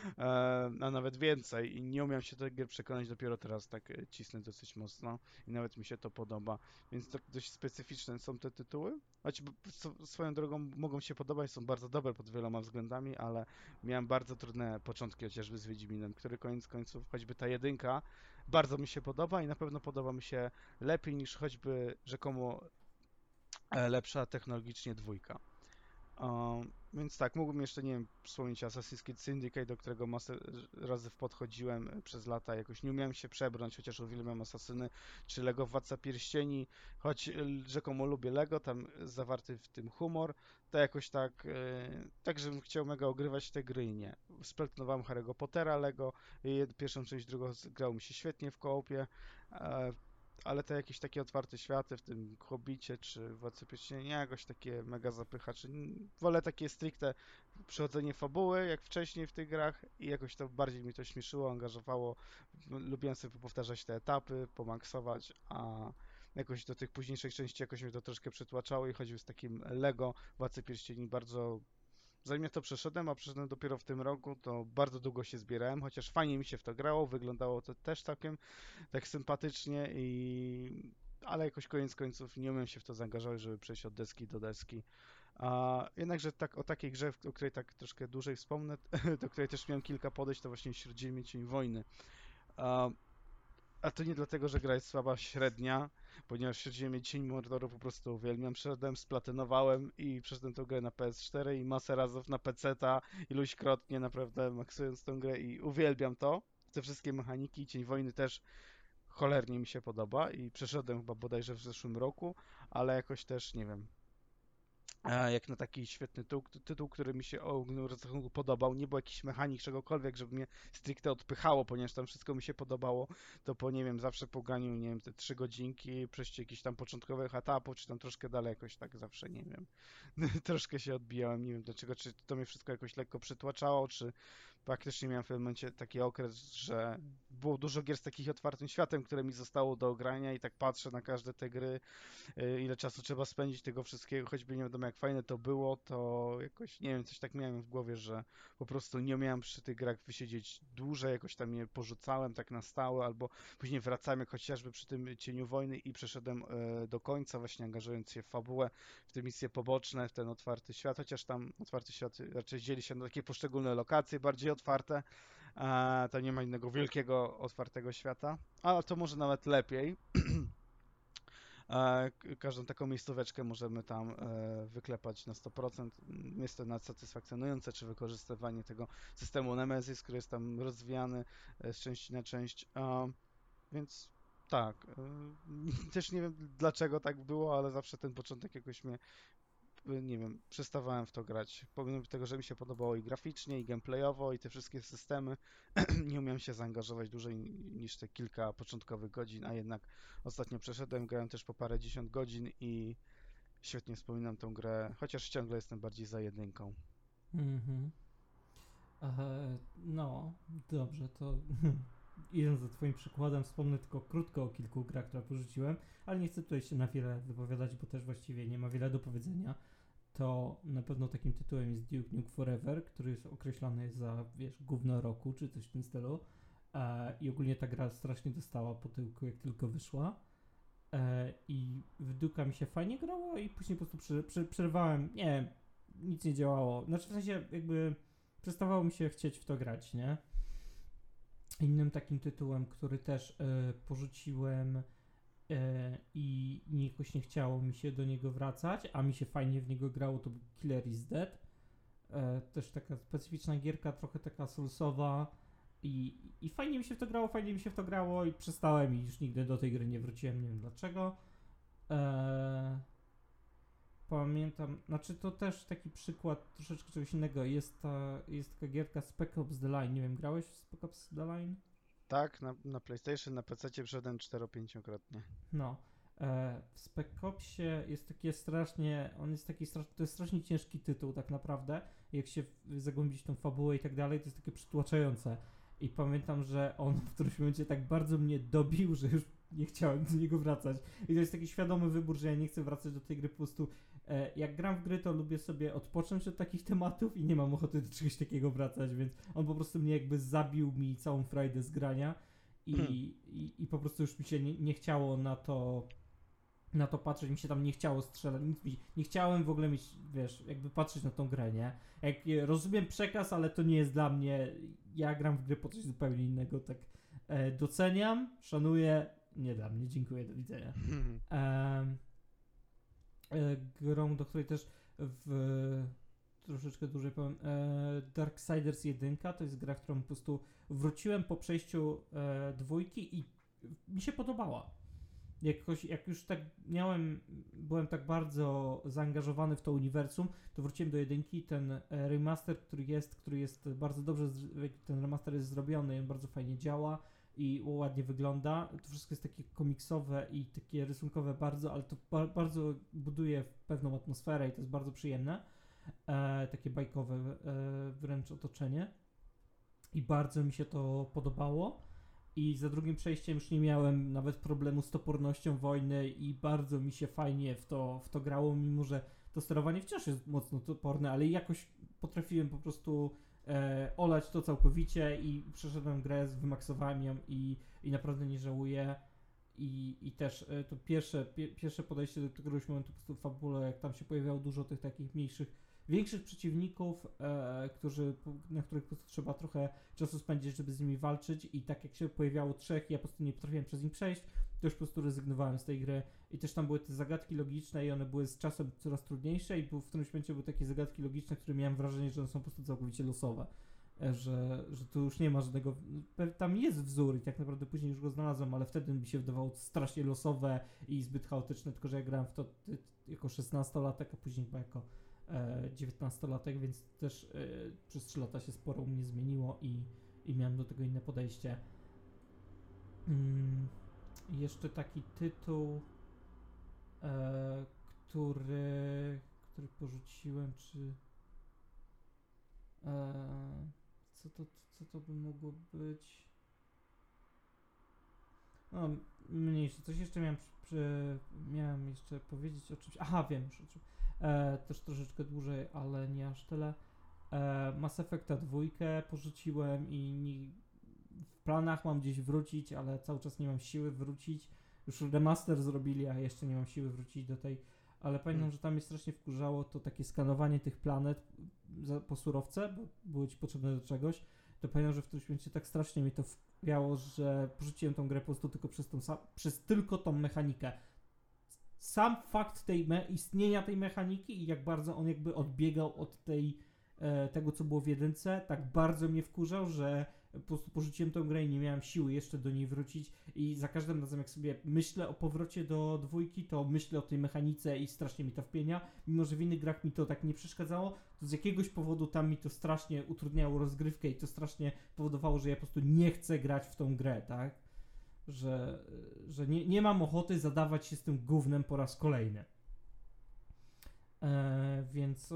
a nawet więcej i nie umiem się do tej gry przekonać, dopiero teraz tak cisnę dosyć mocno i nawet mi się to podoba, więc tak dość specyficzne są te tytuły, choć swoją drogą mogą się podobać, są bardzo dobre pod wieloma względami, ale miałem bardzo trudne początki chociażby z Wiedźminem, który koniec końców, choćby ta jedynka, bardzo mi się podoba i na pewno podoba mi się lepiej niż choćby rzekomo lepsza technologicznie dwójka. Więc tak, mógłbym jeszcze, nie wiem, wspomnieć Assassin's Creed Syndicate, do którego masę razy podchodziłem przez lata, jakoś nie umiałem się przebrnąć, chociaż uwielbiam Asasyny, czy Lego Władca Pierścieni, choć rzekomo lubię Lego, tam zawarty w tym humor, to jakoś tak, tak żebym chciał mega ogrywać te gry i nie. Spelknowałem Harry'ego Pottera Lego, pierwszą część, drugą grało mi się świetnie w koopie, ale te jakieś takie otwarte światy, w tym Hobbicie czy Władcy Pierścieni, nie jakoś takie mega zapychacze. Wolę takie stricte przechodzenie fabuły, jak wcześniej w tych grach i jakoś to bardziej mi to śmieszyło, angażowało. Lubiłem sobie powtarzać te etapy, pomaksować, a jakoś do tych późniejszych części jakoś mnie to troszkę przytłaczało i chodził z takim Lego Władcy Pierścieni bardzo. Zanim ja to przeszedłem, a przeszedłem dopiero w tym roku, to bardzo długo się zbierałem, chociaż fajnie mi się w to grało, wyglądało to też całkiem tak sympatycznie ale jakoś koniec końców nie umiem się w to zaangażować, żeby przejść od deski do deski. A jednakże tak, o takiej grze, o której tak troszkę dłużej wspomnę, do której też miałem kilka podejść, to właśnie Śródziemie Cień Wojny. A, a to nie dlatego, że gra jest słaba, średnia, ponieważ Śródziemie Cień Mordoru po prostu uwielbiam. Przeszedłem, splatynowałem i przeszedłem tę grę na PS4 i masę razów na PC-ta, iluśkrotnie naprawdę maksując tę grę i uwielbiam to. Te wszystkie mechaniki, Cień Wojny też cholernie mi się podoba i przeszedłem chyba bodajże w zeszłym roku, ale jakoś też, nie wiem, jak na taki świetny tytuł, który mi się o ogólnym rozrachunku podobał, nie był jakiś mechanik czegokolwiek, żeby mnie stricte odpychało, ponieważ tam wszystko mi się podobało, to po, nie wiem, zawsze po graniu, nie wiem, te 3 godzinki, przejście jakichś tam początkowych etapów, czy tam troszkę dalej jakoś tak zawsze, nie wiem, troszkę się odbijałem, nie wiem dlaczego, czy to mnie wszystko jakoś lekko przytłaczało, czy praktycznie miałem w pewnym momencie taki okres, że było dużo gier z takich otwartym światem, które mi zostało do ogrania i tak patrzę na każde te gry, ile czasu trzeba spędzić tego wszystkiego, choćby nie wiadomo jak fajne to było, to jakoś, nie wiem, coś tak miałem w głowie, że po prostu nie umiałem przy tych grach wysiedzieć dłużej, jakoś tam je porzucałem tak na stałe, albo później wracałem jak chociażby przy tym Cieniu Wojny i przeszedłem do końca, właśnie angażując się w fabułę, w te misje poboczne, w ten otwarty świat, chociaż tam otwarty świat raczej dzieli się na takie poszczególne lokacje bardziej otwarte, Tam nie ma innego wielkiego, otwartego świata, ale to może nawet lepiej. Każdą taką miejscóweczkę możemy tam wyklepać na 100%. Jest to satysfakcjonujące, czy wykorzystywanie tego systemu Nemesis, który jest tam rozwijany z części na część. Więc tak, też nie wiem dlaczego tak było, ale zawsze ten początek jakoś mnie, nie wiem, przestawałem w to grać. Pomimo tego, że mi się podobało i graficznie, i gameplayowo, i te wszystkie systemy, nie umiałem się zaangażować dłużej niż te kilka początkowych godzin, a jednak ostatnio przeszedłem, grałem też po parędziesiąt godzin i świetnie wspominam tą grę, chociaż ciągle jestem bardziej za jedynką. Mhm. No, dobrze, to idąc za twoim przykładem, wspomnę tylko krótko o kilku grach, które porzuciłem, ale nie chcę tutaj się na wiele wypowiadać, bo też właściwie nie ma wiele do powiedzenia. To na pewno takim tytułem jest Duke Nukem Forever, który jest określany za, wiesz, gówno roku, czy coś w tym stylu. I ogólnie ta gra strasznie dostała po tyłku, jak tylko wyszła. I w Duke'a mi się fajnie grało i później po prostu przerwałem, nie wiem, nic nie działało. Znaczy w sensie jakby przestawało mi się chcieć w to grać, nie? Innym takim tytułem, który też porzuciłem i jakoś nie chciało mi się do niego wracać, a mi się fajnie w niego grało, to był Killer is Dead. Też taka specyficzna gierka, trochę taka soulsowa i fajnie mi się w to grało i przestałem i już nigdy do tej gry nie wróciłem, nie wiem dlaczego. Pamiętam, znaczy to też taki przykład troszeczkę czegoś innego. Jest taka gierka Spec Ops The Line. Nie wiem, grałeś w Spec Ops The Line? Tak, na PlayStation, na PC przeszedłem 4-5-krotnie. No. W Spec Opsie jest takie strasznie, on jest taki strasznie, to jest strasznie ciężki tytuł tak naprawdę. Jak się zagłębić w tą fabułę i tak dalej, to jest takie przytłaczające. I pamiętam, że on w którymś momencie tak bardzo mnie dobił, że już nie chciałem do niego wracać. I to jest taki świadomy wybór, że ja nie chcę wracać do tej gry po prostu. Jak gram w gry, to lubię sobie odpocząć od takich tematów i nie mam ochoty do czegoś takiego wracać, więc on po prostu mnie jakby zabił mi całą frajdę z grania i po prostu już mi się nie chciało na to patrzeć, mi się tam nie chciało strzelać, nic mi, nie chciałem w ogóle mieć, wiesz, jakby patrzeć na tą grę, nie? Rozumiem przekaz, ale to nie jest dla mnie, ja gram w gry po coś zupełnie innego, tak doceniam, szanuję, nie dla mnie, dziękuję, do widzenia. Grą, do której też w troszeczkę dłużej powiem, Darksiders 1 to jest gra, którą po prostu wróciłem po przejściu dwójki i mi się podobała. Jak już tak byłem tak bardzo zaangażowany w to uniwersum, to wróciłem do jedynki. Ten remaster, który jest bardzo dobrze, ten remaster jest zrobiony, on bardzo fajnie działa i ładnie wygląda. To wszystko jest takie komiksowe i takie rysunkowe bardzo, ale to bardzo buduje pewną atmosferę i to jest bardzo przyjemne. Takie bajkowe wręcz otoczenie. I bardzo mi się to podobało. I za drugim przejściem już nie miałem nawet problemu z topornością wojny i bardzo mi się fajnie w to grało, mimo że to sterowanie wciąż jest mocno toporne, ale jakoś potrafiłem po prostu olać to całkowicie i przeszedłem grę, wymaksowałem ją i naprawdę nie żałuję. I też to pierwsze podejście do któregoś momentu po prostu w fabule, jak tam się pojawiało dużo tych takich większych przeciwników, na których po prostu trzeba trochę czasu spędzić, żeby z nimi walczyć i tak jak się pojawiało trzech, ja po prostu nie potrafiłem przez nich przejść, to już po prostu rezygnowałem z tej gry i też tam były te zagadki logiczne i one były z czasem coraz trudniejsze i w którymś momencie były takie zagadki logiczne, które miałem wrażenie, że one są po prostu całkowicie losowe. Że tu już nie ma żadnego, tam jest wzór i tak naprawdę później już go znalazłem, ale wtedy mi się wydawało strasznie losowe i zbyt chaotyczne, tylko że ja grałem w to jako 16-latek, a później chyba jako 19-latek, więc też przez 3 lata się sporo u mnie zmieniło i miałem do tego inne podejście. Jeszcze taki tytuł, który porzuciłem, czy co to by mogło być? No, mniejsze. Coś jeszcze miałem jeszcze powiedzieć o czymś. Aha, wiem już o czym. Też troszeczkę dłużej, ale nie aż tyle. Mass Effecta 2 porzuciłem i w planach mam gdzieś wrócić, ale cały czas nie mam siły wrócić. Już remaster zrobili, a jeszcze nie mam siły wrócić do tej. Ale pamiętam, że tam mnie strasznie wkurzało to takie skanowanie tych planet po surowce, bo były ci potrzebne do czegoś. to pamiętam, że w którymś momencie tak strasznie mnie to wpiało, że porzuciłem tą grę po prostu tylko przez tylko tą mechanikę. Sam fakt istnienia tej mechaniki i jak bardzo on jakby odbiegał od tego, co było w jedynce, tak bardzo mnie wkurzał, że po prostu porzuciłem tę grę i nie miałem siły jeszcze do niej wrócić i za każdym razem jak sobie myślę o powrocie do dwójki, to myślę o tej mechanice i strasznie mi to wpienia, mimo że w innych grach mi to tak nie przeszkadzało, to z jakiegoś powodu tam mi to strasznie utrudniało rozgrywkę i to strasznie powodowało, że ja po prostu nie chcę grać w tą grę, tak? Że nie mam ochoty zadawać się z tym gównem po raz kolejny. Więc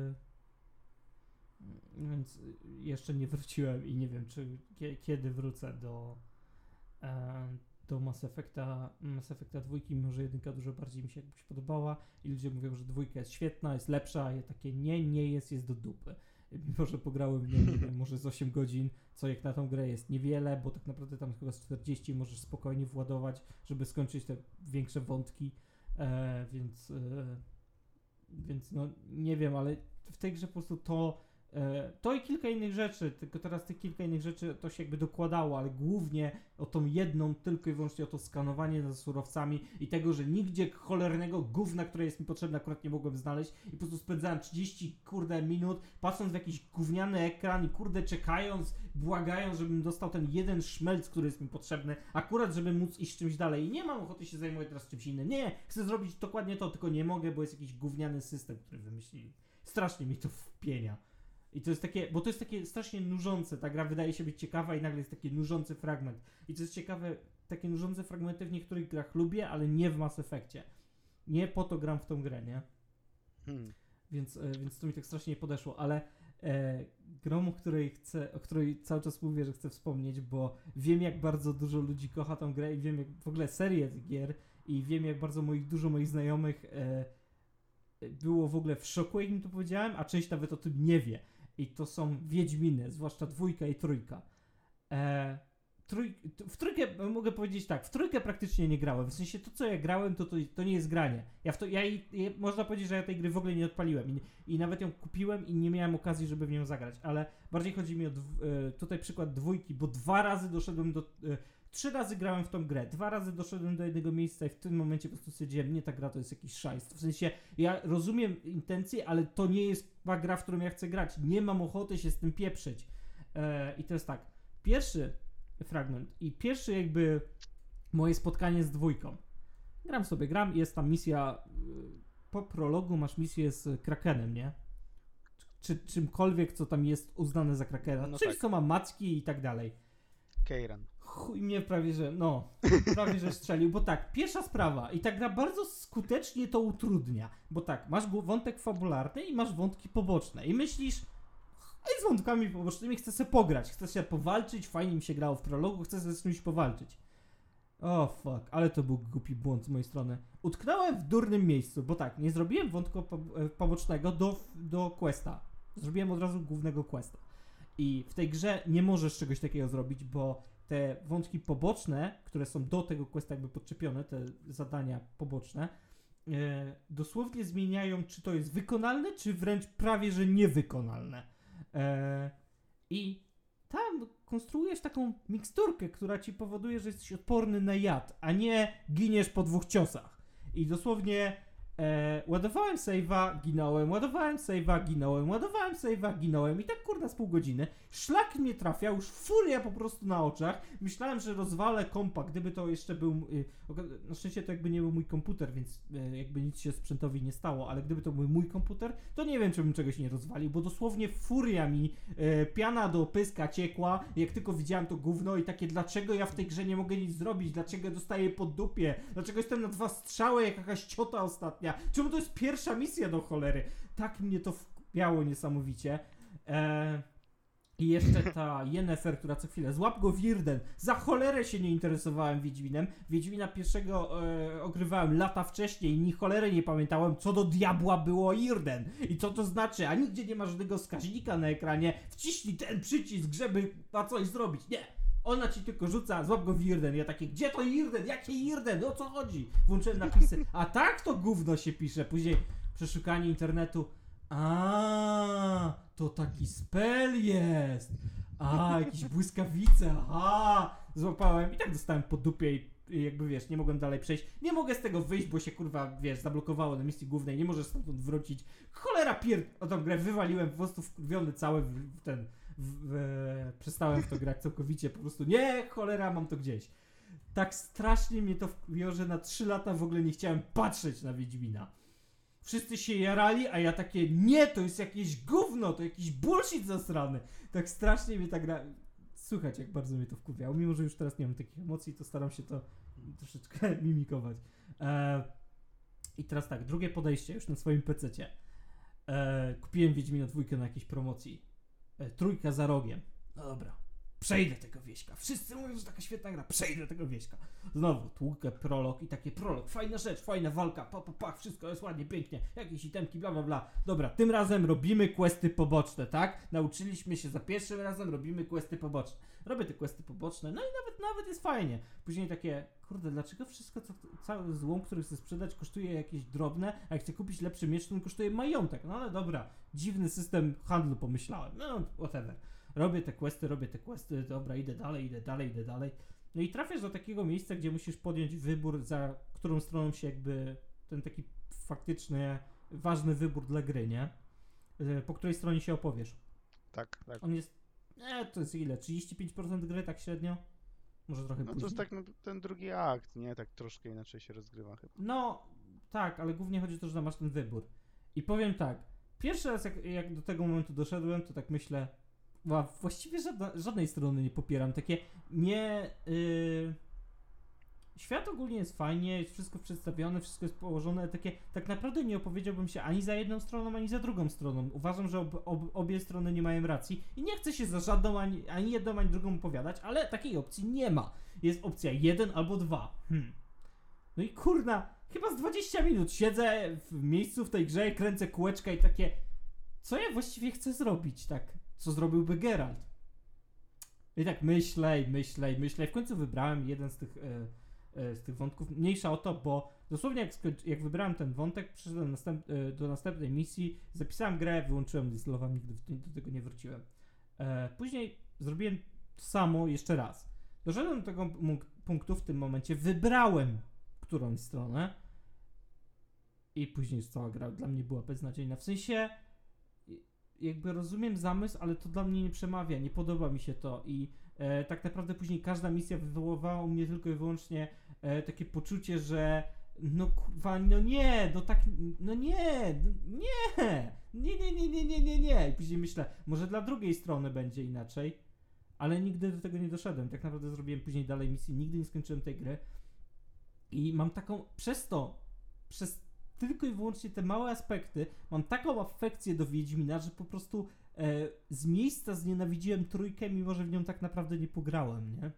jeszcze nie wróciłem i nie wiem, czy kiedy wrócę do Mass Effecta 2, mimo że jedynka dużo bardziej mi się jakoś podobała i ludzie mówią, że dwójka jest świetna, jest lepsza, a ja takie nie jest do dupy. Mimo że pograłem w nią, nie wiem, może z 8 godzin, co jak na tą grę jest niewiele, bo tak naprawdę tam chyba z 40 możesz spokojnie władować, żeby skończyć te większe wątki, więc no nie wiem, ale w tej grze po prostu to i kilka innych rzeczy, tylko teraz tych kilka innych rzeczy to się jakby dokładało, ale głównie o tą jedną, tylko i wyłącznie o to skanowanie za surowcami i tego, że nigdzie cholernego gówna, które jest mi potrzebne, akurat nie mogłem znaleźć i po prostu spędzałem 30 minut patrząc w jakiś gówniany ekran i czekając, błagając, żebym dostał ten jeden szmelc, który jest mi potrzebny, akurat żeby móc iść czymś dalej i nie mam ochoty się zajmować teraz czymś innym, nie, chcę zrobić dokładnie to, tylko nie mogę, bo jest jakiś gówniany system, który wymyślili. Strasznie mi to wpienia. I to jest takie, bo to jest takie strasznie nużące, ta gra wydaje się być ciekawa i nagle jest taki nużący fragment. I to jest ciekawe, takie nużące fragmenty w niektórych grach lubię, ale nie w Mass Effectie. Nie po to gram w tą grę, nie? Więc to mi tak strasznie nie podeszło, ale grą, o której cały czas mówię, że chcę wspomnieć, bo wiem jak bardzo dużo ludzi kocha tą grę i wiem jak w ogóle serię tych gier i wiem jak bardzo dużo moich znajomych było w ogóle w szoku, jak mi to powiedziałem, a część nawet o tym nie wie. I to są Wiedźminy, zwłaszcza 2 i 3. W 3 mogę powiedzieć tak, w 3 praktycznie nie grałem. W sensie to, co ja grałem, to nie jest granie. Można powiedzieć, że ja tej gry w ogóle nie odpaliłem i nawet ją kupiłem i nie miałem okazji, żeby w nią zagrać, ale bardziej chodzi mi o tutaj przykład 2, bo 2 razy doszedłem 3 razy grałem w tą grę, 2 razy doszedłem do jednego miejsca i w tym momencie po prostu stwierdziłem, nie, ta gra to jest jakiś szajst. W sensie, ja rozumiem intencje, ale to nie jest ta gra, w którą ja chcę grać. Nie mam ochoty się z tym pieprzyć. I to jest tak, pierwszy fragment i pierwszy jakby moje spotkanie z 2. Gram, jest tam misja, po prologu masz misję z Krakenem, nie? Czy czymkolwiek, co tam jest uznane za Krakena. No Czymś, tak. co ma macki i tak dalej. Keiran. Chuj mnie prawie, że strzelił, bo tak, pierwsza sprawa i ta gra bardzo skutecznie to utrudnia, bo tak, masz wątek fabularny i masz wątki poboczne i myślisz, z wątkami pobocznymi chcę sobie pograć, chcę sobie powalczyć, fajnie mi się grało w prologu, chcę sobie z czymś powalczyć. O fuck, ale to był głupi błąd z mojej strony. Utknąłem w durnym miejscu, bo tak, nie zrobiłem wątku pobocznego do questa, zrobiłem od razu głównego questa. I w tej grze nie możesz czegoś takiego zrobić, bo te wątki poboczne, które są do tego questa jakby podczepione, te zadania poboczne, dosłownie zmieniają, czy to jest wykonalne, czy wręcz prawie, że niewykonalne. I tam konstruujesz taką miksturkę, która ci powoduje, że jesteś odporny na jad, a nie giniesz po 2 ciosach. I dosłownie ładowałem save'a, ginąłem, ładowałem save'a, ginąłem, ładowałem save'a, ginąłem i tak kurna z pół godziny. Szlak mnie trafiał, już furia po prostu na oczach. Myślałem, że rozwalę kompa, gdyby to jeszcze był... na szczęście to jakby nie był mój komputer, więc jakby nic się sprzętowi nie stało, ale gdyby to był mój komputer, to nie wiem, czy bym czegoś nie rozwalił, bo dosłownie furia mi, piana do pyska ciekła, jak tylko widziałem to gówno i takie, dlaczego ja w tej grze nie mogę nic zrobić, dlaczego ja dostaję po dupie, dlaczego jestem na 2 strzały, jak jakaś ciota ostatnia, czemu to jest pierwsza misja do cholery? Tak mnie to wbiało niesamowicie. I jeszcze ta Yennefer, która co chwilę, złap go Wirden. Za cholerę się nie interesowałem Wiedźminem. Wiedźmina pierwszego ogrywałem lata wcześniej i ni cholery nie pamiętałem, co do diabła było Irden. I co to znaczy, a nigdzie nie ma żadnego wskaźnika na ekranie. Wciśnij ten przycisk, żeby coś zrobić. Nie! Ona ci tylko rzuca, złap go Wirden. Ja takie, gdzie to Irden? Jakie Irden? O co chodzi? Włączyłem napisy. A tak to gówno się pisze. Później przeszukanie internetu. To taki spell jest. Jakieś błyskawice, złapałem i tak dostałem po dupie i jakby wiesz, nie mogłem dalej przejść. Nie mogę z tego wyjść, bo się kurwa, wiesz, zablokowało na misji głównej, nie możesz stamtąd wrócić. Cholera o tą grę wywaliłem, po prostu wkurwiony cały przestałem w to grać całkowicie, po prostu nie, cholera, mam to gdzieś. Tak strasznie mnie to wkurwiło, że na 3 lata w ogóle nie chciałem patrzeć na Wiedźmina. Wszyscy się jarali, a ja takie, nie, to jest jakieś gówno, to jakiś bullshit zasrany. Tak strasznie mnie ta gra... Słychać, jak bardzo mnie to wkurwiało. Mimo, że już teraz nie mam takich emocji, to staram się to troszeczkę mimikować. I teraz tak, drugie podejście już na swoim pececie. Kupiłem Wiedźmina 2 na jakiejś promocji. 3 za rogiem. No dobra. Przejdę tego wieśka. Wszyscy mówią, że taka świetna gra. Przejdę tego wieśka. Znowu tłukę prolog i takie prolog. Fajna rzecz, fajna walka. Wszystko jest ładnie, pięknie. Jakieś itemki, bla bla bla. Dobra, tym razem robimy questy poboczne, tak? Nauczyliśmy się za pierwszym razem, robimy questy poboczne. Robię te questy poboczne, no i nawet jest fajnie. Później takie, kurde, dlaczego wszystko, cały złom, który chcę sprzedać, kosztuje jakieś drobne, a jak chcę kupić lepszy miecz, to on kosztuje majątek. No ale dobra, dziwny system handlu pomyślałem. No, whatever. Robię te questy, dobra, idę dalej. No i trafiasz do takiego miejsca, gdzie musisz podjąć wybór, za którą stroną się jakby ten taki faktycznie ważny wybór dla gry, nie? Po której stronie się opowiesz. Tak. On jest, to jest ile? 35% gry, tak średnio? Może trochę później. To jest tak ten drugi akt, nie? Tak troszkę inaczej się rozgrywa chyba. No, tak, ale głównie chodzi o to, że masz ten wybór. I powiem tak, pierwszy raz jak do tego momentu doszedłem, to tak myślę, właściwie żadnej strony nie popieram. Takie nie... Świat ogólnie jest fajnie, jest wszystko przedstawione, wszystko jest położone, takie tak naprawdę nie opowiedziałbym się ani za jedną stroną, ani za drugą stroną. Uważam, że obie strony nie mają racji i nie chcę się za żadną, ani jedną, ani drugą opowiadać, ale takiej opcji nie ma. Jest opcja 1 albo 2. No i kurna, chyba z 20 minut siedzę w miejscu w tej grze, kręcę kółeczka i takie, co ja właściwie chcę zrobić, tak? Co zrobiłby Geralt? I tak myślę. W końcu wybrałem jeden z tych wątków. Mniejsza o to, bo dosłownie jak wybrałem ten wątek, przyszedłem do następnej misji, zapisałem grę, wyłączyłem, zinstalowałem, nigdy do tego nie wróciłem. Później zrobiłem to samo jeszcze raz. Doszedłem do tego punktu w tym momencie, wybrałem którąś stronę i później już cała gra dla mnie była beznadziejna. W sensie jakby rozumiem zamysł, ale to dla mnie nie przemawia, nie podoba mi się to i tak naprawdę później każda misja wywoływała u mnie tylko i wyłącznie takie poczucie, że no kurwa, no nie, no tak, no nie, nie. I później myślę, może dla drugiej strony będzie inaczej, ale nigdy do tego nie doszedłem. Tak naprawdę zrobiłem później dalej misji, nigdy nie skończyłem tej gry i mam taką, przez tylko i wyłącznie te małe aspekty, mam taką afekcję do Wiedźmina, że po prostu z miejsca znienawidziłem 3, mimo że w nią tak naprawdę nie pograłem, nie?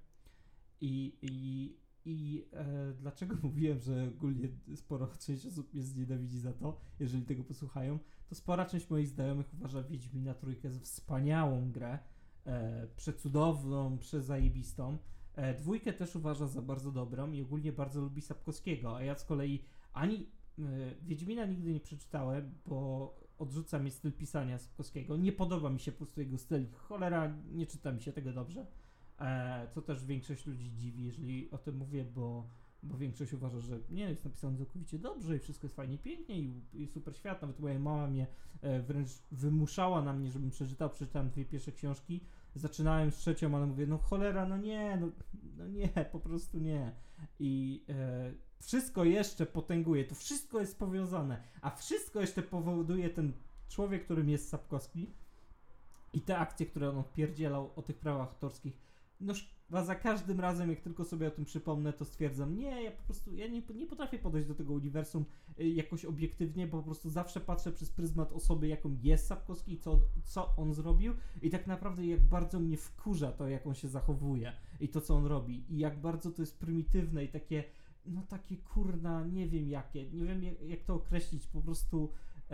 I dlaczego mówiłem, że ogólnie sporo część osób mnie znienawidzi za to, jeżeli tego posłuchają, to spora część moich znajomych uważa Wiedźmina 3 za wspaniałą grę, przecudowną, przezajebistą. 2 też uważa za bardzo dobrą i ogólnie bardzo lubi Sapkowskiego, a ja z kolei ani Wiedźmina nigdy nie przeczytałem, bo odrzuca mi styl pisania Sapkowskiego. Nie podoba mi się po prostu jego styl. Cholera, nie czyta mi się tego dobrze. Co też większość ludzi dziwi, jeżeli o tym mówię, bo większość uważa, że nie, jest napisane całkowicie dobrze i wszystko jest fajnie, pięknie i super świat. Nawet moja mama mnie wręcz wymuszała na mnie, żebym przeczytałem 2 pierwsze książki. Zaczynałem z 3, ale mówię, no cholera, no nie, po prostu nie. I wszystko jeszcze potęguje, to wszystko jest powiązane, a wszystko jeszcze powoduje ten człowiek, którym jest Sapkowski i te akcje, które on odpierdzielał o tych prawach autorskich. No za każdym razem, jak tylko sobie o tym przypomnę, to stwierdzam, ja po prostu nie potrafię podejść do tego uniwersum jakoś obiektywnie, bo po prostu zawsze patrzę przez pryzmat osoby, jaką jest Sapkowski i co on zrobił i tak naprawdę jak bardzo mnie wkurza to, jak on się zachowuje i to, co on robi i jak bardzo to jest prymitywne i takie, no takie kurna, nie wiem jak to określić, po prostu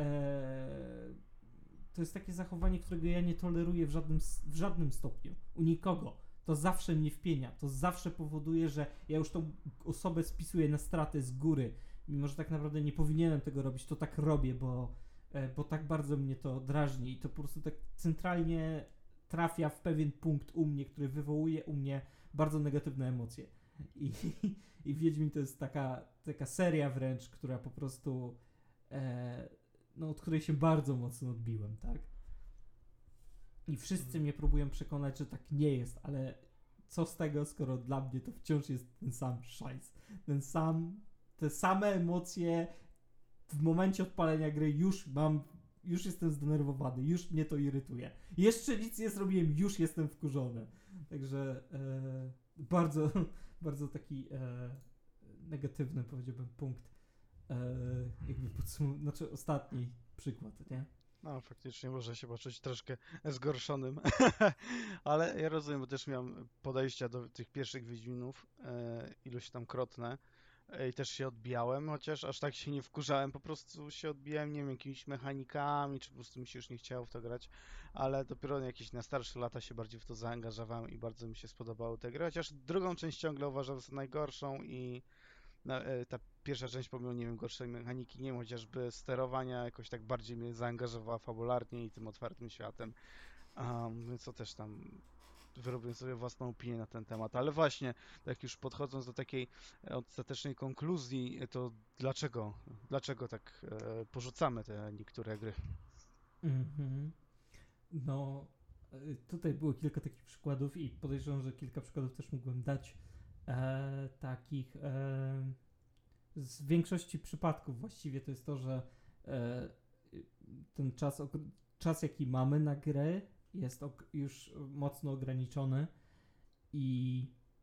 to jest takie zachowanie, którego ja nie toleruję w żadnym stopniu, u nikogo. To zawsze mnie wpienia, to zawsze powoduje, że ja już tą osobę spisuję na stratę z góry, mimo że tak naprawdę nie powinienem tego robić, to tak robię, bo tak bardzo mnie to drażni i to po prostu tak centralnie trafia w pewien punkt u mnie, który wywołuje u mnie bardzo negatywne emocje. I, i Wiedźmin to jest taka seria wręcz, która po prostu no, od której się bardzo mocno odbiłem, tak? I wszyscy mnie próbują przekonać, że tak nie jest, ale co z tego, skoro dla mnie to wciąż jest ten sam szajs. Te same emocje w momencie odpalenia gry już jestem zdenerwowany, już mnie to irytuje. Jeszcze nic nie zrobiłem, już jestem wkurzony. Także bardzo, bardzo taki negatywny, powiedziałbym, punkt. Jakby znaczy ostatni przykład, nie? No, faktycznie może się poczuć troszkę zgorszonym, ale ja rozumiem, bo też miałem podejścia do tych pierwszych Wiedźminów, iluś tam krotne i też się odbijałem, chociaż aż tak się nie wkurzałem, po prostu się odbijałem, nie wiem, jakimiś mechanikami, czy po prostu mi się już nie chciało w to grać, ale dopiero jakieś na starsze lata się bardziej w to zaangażowałem i bardzo mi się spodobały te gry, chociaż drugą część ciągle uważam za najgorszą i ta pierwsza część pomimo, nie wiem, gorszej mechaniki, nie wiem, chociażby sterowania jakoś tak bardziej mnie zaangażowała fabularnie i tym otwartym światem, więc to też tam wyrobię sobie własną opinię na ten temat, ale właśnie, tak już podchodząc do takiej ostatecznej konkluzji, to dlaczego tak porzucamy te niektóre gry? Mhm. No, tutaj było kilka takich przykładów i podejrzewam, że kilka przykładów też mógłbym dać takich. Z większości przypadków właściwie to jest to, że ten czas jaki mamy na grę jest już mocno ograniczony i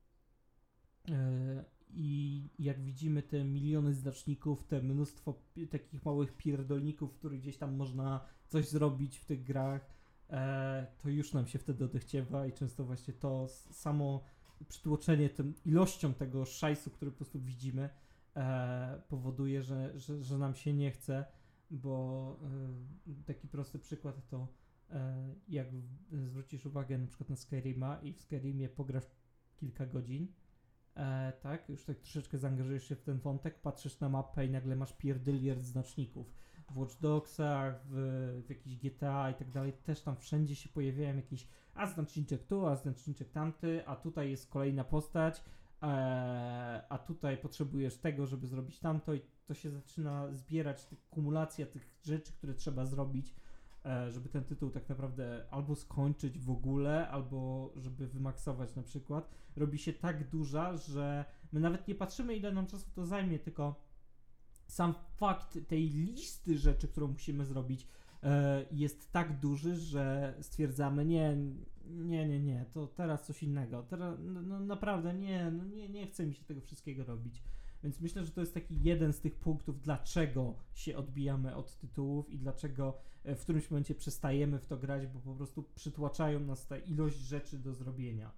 i jak widzimy te miliony znaczników, te mnóstwo takich małych pierdolników, w których gdzieś tam można coś zrobić w tych grach, to już nam się wtedy odechciewa i często właśnie to samo przytłoczenie tą ilością tego szajsu, który po prostu widzimy, powoduje, że nam się nie chce, bo taki prosty przykład to jak zwrócisz uwagę na przykład na Skyrima i w Skyrimie pograsz kilka godzin, tak, już tak troszeczkę zaangażujesz się w ten wątek, patrzysz na mapę i nagle masz pierdyliard znaczników. W Watch Dogsach, w jakichś GTA i tak dalej, też tam wszędzie się pojawiają jakieś znaczniczek tu, znaczniczek tamty, a tutaj jest kolejna postać, a tutaj potrzebujesz tego, żeby zrobić tamto i to się zaczyna zbierać, kumulacja tych rzeczy, które trzeba zrobić, żeby ten tytuł tak naprawdę albo skończyć w ogóle, albo żeby wymaksować na przykład, robi się tak duża, że my nawet nie patrzymy, ile nam czasu to zajmie, tylko sam fakt tej listy rzeczy, którą musimy zrobić, jest tak duży, że stwierdzamy, nie, to teraz coś innego, teraz no naprawdę nie chce mi się tego wszystkiego robić. Więc myślę, że to jest taki jeden z tych punktów, dlaczego się odbijamy od tytułów i dlaczego w którymś momencie przestajemy w to grać, bo po prostu przytłaczają nas ta ilość rzeczy do zrobienia.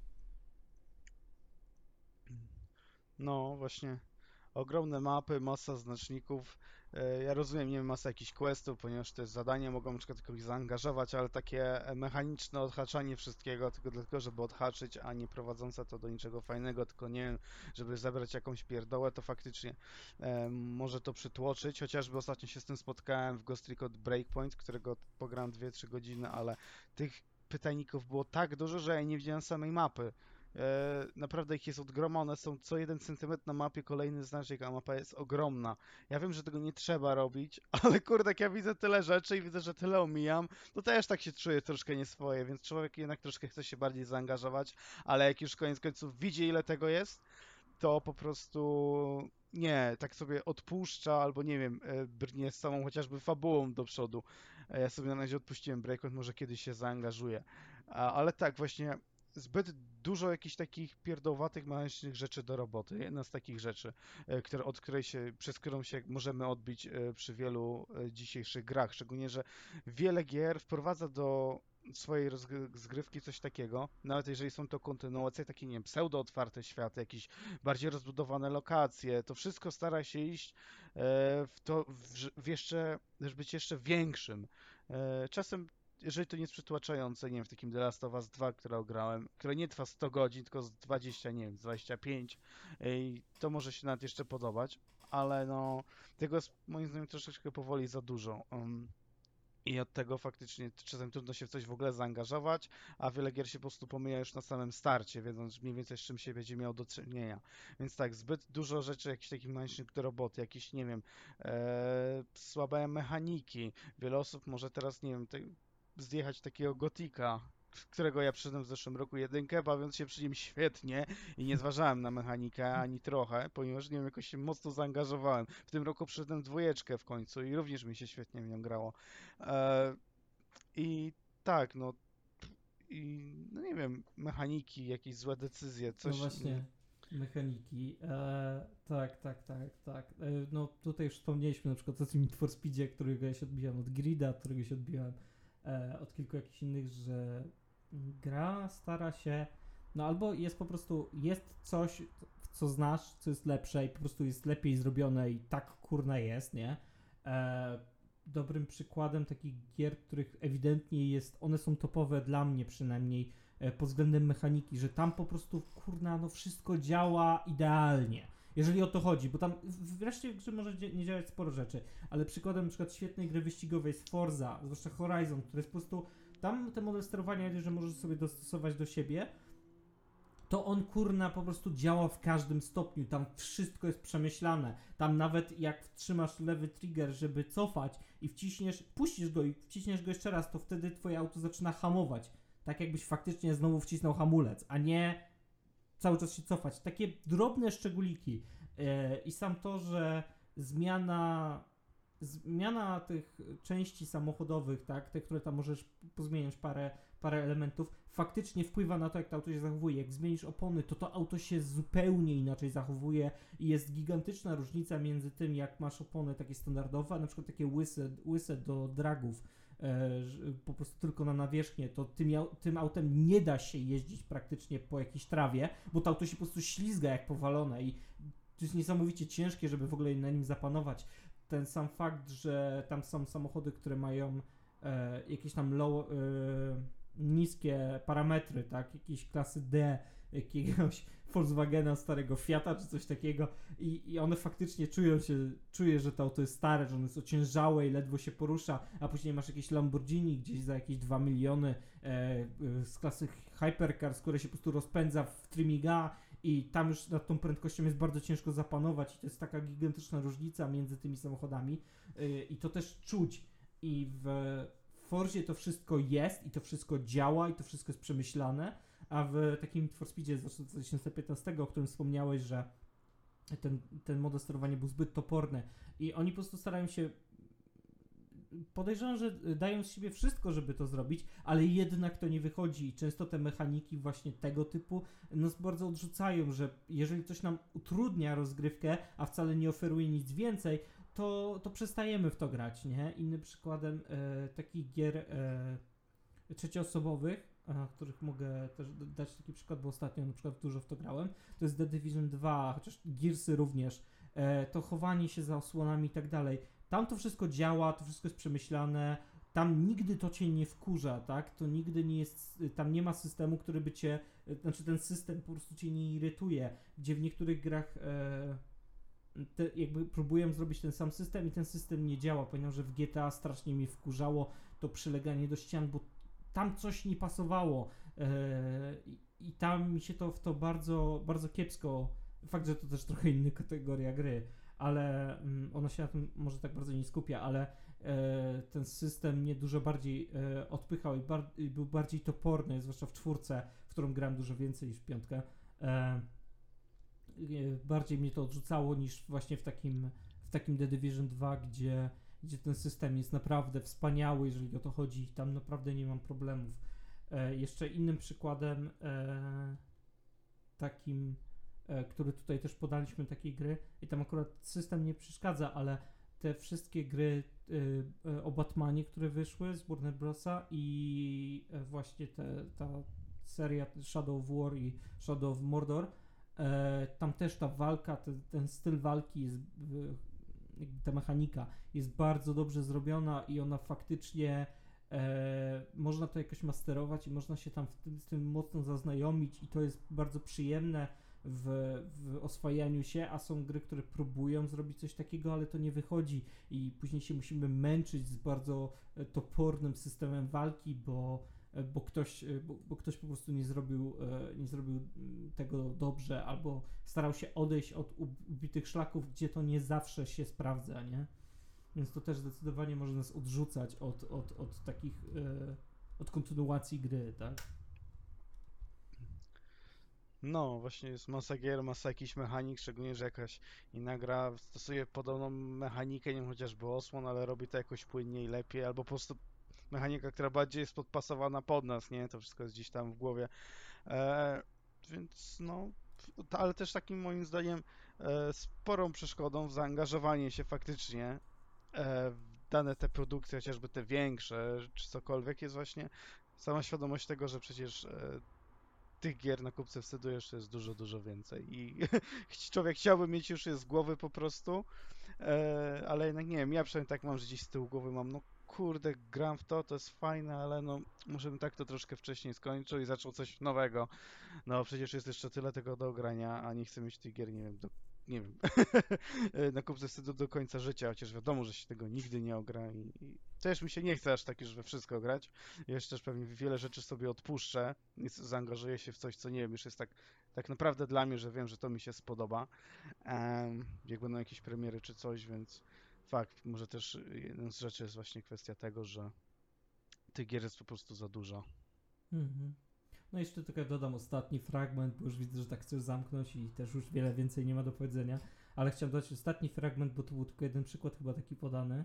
No, właśnie. Ogromne mapy, masa znaczników. Ja rozumiem, nie wiem, masa jakichś questów, ponieważ te zadania mogą na przykład kogoś zaangażować, ale takie mechaniczne odhaczanie wszystkiego tylko dlatego, żeby odhaczyć, a nie prowadzące to do niczego fajnego, tylko nie wiem, żeby zebrać jakąś pierdołę, to faktycznie może to przytłoczyć. Chociażby ostatnio się z tym spotkałem w Ghost Recon Breakpoint, którego pograłem 2-3 godziny, ale tych pytajników było tak dużo, że ja nie widziałem samej mapy. Naprawdę ich jest od groma, one są co 1 centymetr na mapie, kolejny znacznik, a mapa jest ogromna. Ja wiem, że tego nie trzeba robić, ale kurde, jak ja widzę tyle rzeczy i widzę, że tyle omijam, to też tak się czuję troszkę nieswoje, więc człowiek jednak troszkę chce się bardziej zaangażować, ale jak już koniec końców widzi, ile tego jest, to po prostu nie, tak sobie odpuszcza, albo nie wiem, brnie z samą chociażby fabułą do przodu. Ja sobie na razie odpuściłem Breakpoint, może kiedyś się zaangażuję. Ale tak, właśnie zbyt dużo jakichś takich pierdowatych, mechanicznych rzeczy do roboty. Jedna z takich rzeczy, przez którą się możemy odbić przy wielu dzisiejszych grach. Szczególnie, że wiele gier wprowadza do swojej rozgrywki coś takiego, nawet jeżeli są to kontynuacje, takie, nie wiem, pseudo-otwarte światy, jakieś bardziej rozbudowane lokacje, to wszystko stara się iść żeby być jeszcze większym. Czasem jeżeli to nie jest przytłaczające, nie wiem, w takim The Last of Us 2, które grałem, które nie trwa 100 godzin, tylko z 20, nie wiem, 25, i to może się nawet jeszcze podobać, ale no, tego jest moim zdaniem troszeczkę powoli za dużo. I od tego faktycznie czasem trudno się w coś w ogóle zaangażować, a wiele gier się po prostu pomija już na samym starcie, wiedząc mniej więcej z czym się będzie miał do czynienia. Więc tak, zbyt dużo rzeczy, jakichś takich mechanicznych do roboty, jakieś, nie wiem, słabe mechaniki. Wiele osób może teraz, nie wiem, zjechać takiego Gotika, w którego ja przyszedłem w zeszłym roku jedynkę, bawiąc się przy nim świetnie i nie zważałem na mechanikę ani trochę, ponieważ, nie wiem, jakoś się mocno zaangażowałem. W tym roku przyszedłem dwójeczkę w końcu i również mi się świetnie w nią grało. E, I tak, no, no nie wiem, mechaniki, jakieś złe decyzje, No coś. właśnie, mechaniki. Tak. No tutaj już wspomnieliśmy na przykład o tym Need for Speedzie, którego ja się odbijam od Grida, którego się odbijałem od kilku jakichś innych, że gra stara się, no albo jest po prostu, jest coś, co znasz, co jest lepsze i po prostu jest lepiej zrobione i tak kurna jest, nie? Dobrym przykładem takich gier, których ewidentnie jest, one są topowe dla mnie przynajmniej, pod względem mechaniki, że tam po prostu kurna, no wszystko działa idealnie. Jeżeli o to chodzi, bo tam wreszcie w grze może nie działać sporo rzeczy, ale przykładem na przykład świetnej gry wyścigowej jest Forza, zwłaszcza Horizon, który jest po prostu, tam ten model sterowania, że możesz sobie dostosować do siebie, to on kurna po prostu działa w każdym stopniu, tam wszystko jest przemyślane, tam nawet jak wtrzymasz lewy trigger, żeby cofać i puścisz go i wciśniesz go jeszcze raz, to wtedy twoje auto zaczyna hamować, tak jakbyś faktycznie znowu wcisnął hamulec, a nie cały czas się cofać. Takie drobne szczególiki i sam to, że zmiana tych części samochodowych, tak, te, które tam możesz pozmieniać parę elementów, faktycznie wpływa na to, jak to auto się zachowuje. Jak zmienisz opony, to auto się zupełnie inaczej zachowuje i jest gigantyczna różnica między tym, jak masz opony takie standardowe, a na przykład takie łyse do dragów, po prostu tylko na nawierzchnię, to tym autem nie da się jeździć praktycznie po jakiejś trawie, bo to auto się po prostu ślizga jak powalone i to jest niesamowicie ciężkie, żeby w ogóle na nim zapanować. Ten sam fakt, że tam są samochody, które mają jakieś tam niskie parametry, tak, jakieś klasy D, jakiegoś Volkswagena, starego Fiata czy coś takiego i one faktycznie czuje, że to auto jest stare, że ono jest ociężałe i ledwo się porusza, a później masz jakieś Lamborghini gdzieś za jakieś 2 miliony z klasy Hypercar, które się po prostu rozpędza w trimiga i tam już nad tą prędkością jest bardzo ciężko zapanować i to jest taka gigantyczna różnica między tymi samochodami i to też czuć i w Forzie to wszystko jest i to wszystko działa i to wszystko jest przemyślane, a w takim Need for Speedzie z 2015, o którym wspomniałeś, że ten model sterowania był zbyt toporny i oni po prostu starają się, podejrzewam, że dają z siebie wszystko, żeby to zrobić, ale jednak to nie wychodzi i często te mechaniki właśnie tego typu nas bardzo odrzucają, że jeżeli coś nam utrudnia rozgrywkę, a wcale nie oferuje nic więcej, to przestajemy w to grać, nie? Innym przykładem takich gier trzecioosobowych, których mogę też dać taki przykład, bo ostatnio na przykład dużo w to grałem, to jest The Division 2, chociaż Gearsy również, to chowanie się za osłonami i tak dalej. Tam to wszystko działa, to wszystko jest przemyślane, tam nigdy to cię nie wkurza, tak? To nigdy nie jest, tam nie ma systemu, który by cię, znaczy ten system po prostu cię nie irytuje, gdzie w niektórych grach jakby próbuję zrobić ten sam system i ten system nie działa, ponieważ w GTA strasznie mi wkurzało to przyleganie do ścian, bo tam coś nie pasowało i tam mi się to w to bardzo, bardzo kiepsko, fakt, że to też trochę inna kategoria gry, ale ona się na tym może tak bardzo nie skupia, ale ten system mnie dużo bardziej odpychał i był bardziej toporny, zwłaszcza w 4, w którą grałem dużo więcej niż w 5. Bardziej mnie to odrzucało niż właśnie w takim The Division 2, gdzie ten system jest naprawdę wspaniały, jeżeli o to chodzi. Tam naprawdę nie mam problemów. Jeszcze innym przykładem takim, który tutaj też podaliśmy takiej gry i tam akurat system nie przeszkadza, ale te wszystkie gry o Batmanie, które wyszły z Warner Brosa i właśnie ta seria Shadow of War i Shadow of Mordor, tam też ta walka, ten styl walki jest, ta mechanika jest bardzo dobrze zrobiona i ona faktycznie można to jakoś masterować i można się tam z tym mocno zaznajomić i to jest bardzo przyjemne. w oswajaniu się, a są gry, które próbują zrobić coś takiego, ale to nie wychodzi i później się musimy męczyć z bardzo topornym systemem walki, bo ktoś po prostu nie zrobił tego dobrze, albo starał się odejść od ubitych szlaków, gdzie to nie zawsze się sprawdza, nie? Więc to też zdecydowanie może nas odrzucać od takich, od kontynuacji gry, tak? No, właśnie jest masa gier, masa jakichś mechanik, szczególnie, że jakaś inna gra stosuje podobną mechanikę, nie wiem, chociażby Osłon, ale robi to jakoś płynniej, lepiej, albo po prostu mechanika, która bardziej jest podpasowana pod nas, nie? To wszystko jest gdzieś tam w głowie. E, więc no, ale też takim moim zdaniem sporą przeszkodą w zaangażowanie się faktycznie w dane te produkcje, chociażby te większe, czy cokolwiek, jest właśnie sama świadomość tego, że przecież tych gier na kupce wstydu jeszcze jest dużo, dużo więcej i człowiek chciałby mieć już je z głowy po prostu, ale jednak nie wiem, ja przynajmniej tak mam, że gdzieś z tyłu głowy mam, no kurde, gram w to, to jest fajne, ale no może bym tak to troszkę wcześniej skończył i zaczął coś nowego. No przecież jest jeszcze tyle tego do grania, a nie chcę mieć tych gier, nie wiem, nie wiem, na kupce wstydu do końca życia, chociaż wiadomo, że się tego nigdy nie ogra i też mi się nie chce aż tak już we wszystko grać. Jeszcze też pewnie wiele rzeczy sobie odpuszczę i zaangażuję się w coś, co nie wiem, już jest tak naprawdę dla mnie, że wiem, że to mi się spodoba. Jak będą jakieś premiery czy coś, więc fakt, może też jedną z rzeczy jest właśnie kwestia tego, że tych gier jest po prostu za dużo. Mhm. No i jeszcze tylko dodam ostatni fragment, bo już widzę, że tak chcesz zamknąć i też już wiele więcej nie ma do powiedzenia, ale chciałem dodać ostatni fragment, bo to był tylko jeden przykład chyba taki podany.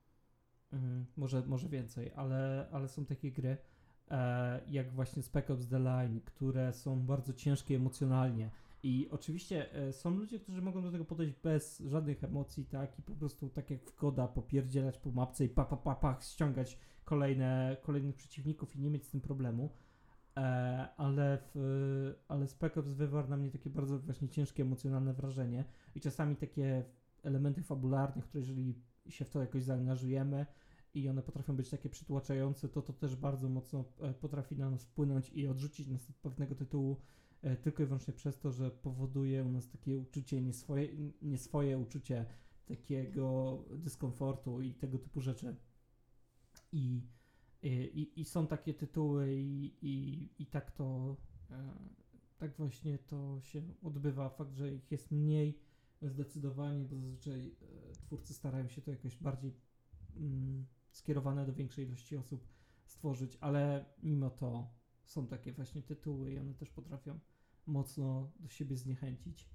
Może więcej, ale są takie gry jak właśnie Spec Ops The Line, które są bardzo ciężkie emocjonalnie i oczywiście są ludzie, którzy mogą do tego podejść bez żadnych emocji, tak, i po prostu tak jak w Goda popierdzielać po mapce i ściągać kolejnych przeciwników i nie mieć z tym problemu. Ale Spec Ops wywarł na mnie takie bardzo właśnie ciężkie, emocjonalne wrażenie i czasami takie elementy fabularne, które jeżeli się w to jakoś zaangażujemy i one potrafią być takie przytłaczające, to też bardzo mocno potrafi na nas wpłynąć i odrzucić nas od pewnego tytułu tylko i wyłącznie przez to, że powoduje u nas takie uczucie nieswoje uczucie takiego dyskomfortu i tego typu rzeczy. I są takie tytuły i tak właśnie to się odbywa. Fakt, że ich jest mniej zdecydowanie, bo zazwyczaj twórcy starają się to jakoś bardziej skierowane do większej ilości osób stworzyć, ale mimo to są takie właśnie tytuły i one też potrafią mocno do siebie zniechęcić.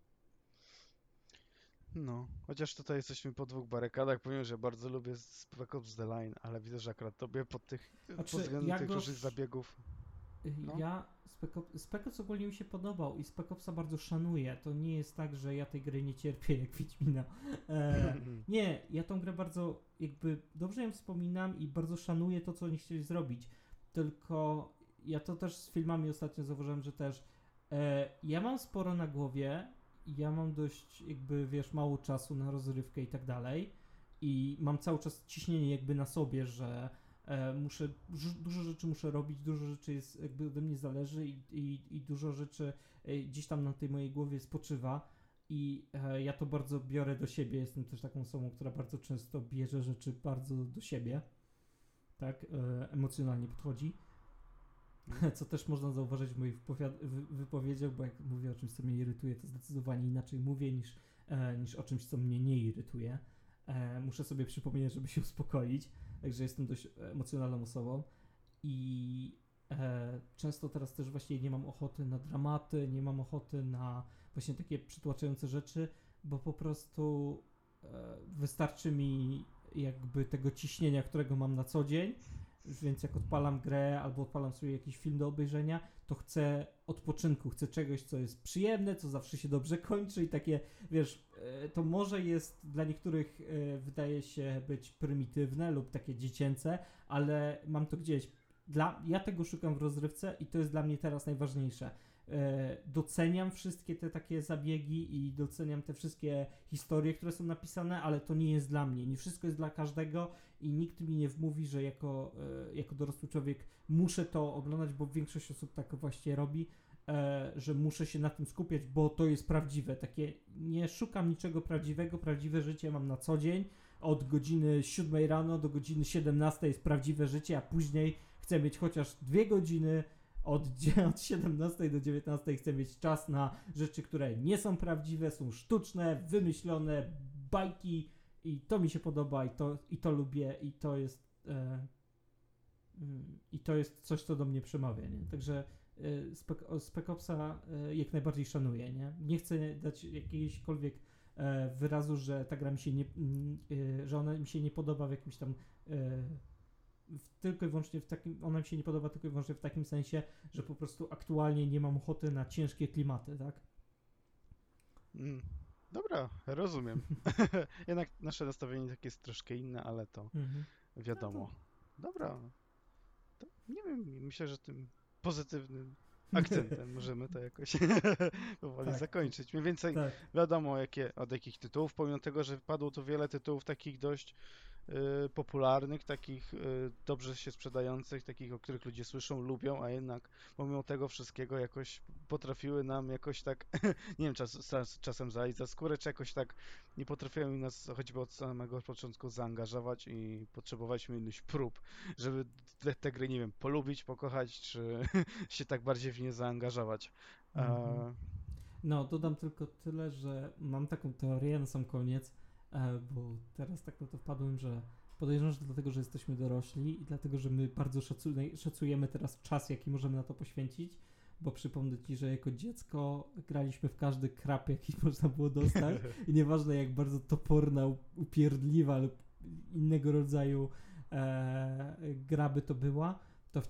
No, chociaż tutaj jesteśmy po dwóch barykadach, powiem, że bardzo lubię Spec Ops The Line, ale widzę, że akurat tobie pod względem tych różnych zabiegów. No. Ja Spec Ops ogólnie mi się podobał i Spec Opsa bardzo szanuję. To nie jest tak, że ja tej gry nie cierpię jak Wiedźmina. Nie, ja tą grę bardzo jakby dobrze ją wspominam i bardzo szanuję to, co oni chcieli zrobić. Tylko ja to też z filmami ostatnio zauważyłem, że też ja mam sporo na głowie, ja mam dość jakby, wiesz, mało czasu na rozrywkę i tak dalej i mam cały czas ciśnienie jakby na sobie, że dużo rzeczy muszę robić, dużo rzeczy jest jakby ode mnie zależy i dużo rzeczy gdzieś tam na tej mojej głowie spoczywa i ja to bardzo biorę do siebie, jestem też taką osobą, która bardzo często bierze rzeczy bardzo do siebie, tak, emocjonalnie podchodzi, co też można zauważyć w moich wypowiedziach, bo jak mówię o czymś, co mnie irytuje, to zdecydowanie inaczej mówię niż o czymś, co mnie nie irytuje. Muszę sobie przypomnieć, żeby się uspokoić. Także jestem dość emocjonalną osobą i często teraz też właśnie nie mam ochoty na dramaty, nie mam ochoty na właśnie takie przytłaczające rzeczy, bo po prostu wystarczy mi jakby tego ciśnienia, którego mam na co dzień, więc jak odpalam grę albo odpalam sobie jakiś film do obejrzenia, to chcę odpoczynku, chcę czegoś, co jest przyjemne, co zawsze się dobrze kończy i takie, wiesz, to może jest dla niektórych wydaje się być prymitywne lub takie dziecięce, ale mam to gdzieś. Ja tego szukam w rozrywce i to jest dla mnie teraz najważniejsze. Doceniam wszystkie te takie zabiegi i doceniam te wszystkie historie, które są napisane, ale to nie jest dla mnie. Nie wszystko jest dla każdego i nikt mi nie wmówi, że jako dorosły człowiek muszę to oglądać, bo większość osób tak właśnie robi że muszę się na tym skupiać, bo to jest prawdziwe. Takie nie szukam niczego prawdziwego. Prawdziwe życie mam na co dzień. Od godziny 7 rano do godziny 17 jest prawdziwe życie, a później chcę mieć chociaż 2 godziny od 17 do 19 chcę mieć czas na rzeczy, które nie są prawdziwe, są sztuczne, wymyślone, bajki i to mi się podoba i to lubię i to jest coś, co do mnie przemawia, nie? Także Spec Opsa jak najbardziej szanuję, nie? Nie chcę dać jakiegośkolwiek wyrazu, że ta gra mi się że ona mi się nie podoba w jakimś tam tylko i wyłącznie w takim, ona mi się nie podoba tylko i wyłącznie w takim sensie, że po prostu aktualnie nie mam ochoty na ciężkie klimaty, tak? Dobra, rozumiem. Jednak nasze nastawienie takie jest troszkę inne, ale to wiadomo. Dobra, to nie wiem, myślę, że tym pozytywnym akcentem możemy to jakoś powoli zakończyć. Mniej więcej wiadomo, od jakich tytułów, pomimo tego, że padło tu wiele tytułów takich dość popularnych, takich dobrze się sprzedających, takich, o których ludzie słyszą, lubią, a jednak pomimo tego wszystkiego jakoś potrafiły nam jakoś tak, nie wiem, czasem zajść za skórę, czy jakoś tak nie potrafiły nas choćby od samego początku zaangażować i potrzebowaliśmy iluś prób, żeby te gry, nie wiem, polubić, pokochać, czy się tak bardziej w nie zaangażować. No, dodam tylko tyle, że mam taką teorię na sam koniec, bo teraz tak na to wpadłem, że podejrzewam, że dlatego, że jesteśmy dorośli i dlatego, że my bardzo szacujemy teraz czas, jaki możemy na to poświęcić, bo przypomnę Ci, że jako dziecko graliśmy w każdy krap, jaki można było dostać i nieważne jak bardzo toporna, upierdliwa lub innego rodzaju gra by to była, to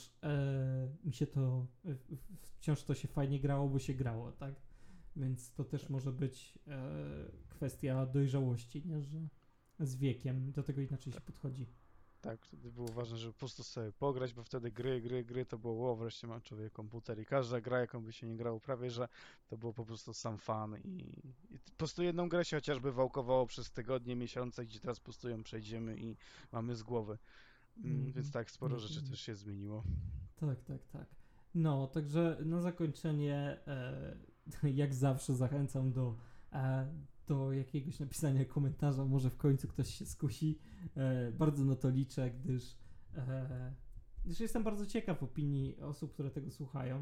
wciąż to się fajnie grało, bo się grało, tak? Więc to też może być kwestia dojrzałości, nie? Że z wiekiem do tego inaczej się podchodzi. Tak, wtedy było ważne, żeby po prostu sobie pograć, bo wtedy gry to było, wreszcie mam człowiek komputer i każda gra, jaką by się nie grało prawie, że to było po prostu sam fan i po prostu jedną grę się chociażby wałkowało przez tygodnie, miesiące, gdzie teraz po prostu ją przejdziemy i mamy z głowy. Więc tak, sporo rzeczy też się zmieniło. Tak. No, także na zakończenie jak zawsze zachęcam do jakiegoś napisania komentarza, może w końcu ktoś się skusi. Bardzo na to liczę, gdyż jestem bardzo ciekaw opinii osób, które tego słuchają.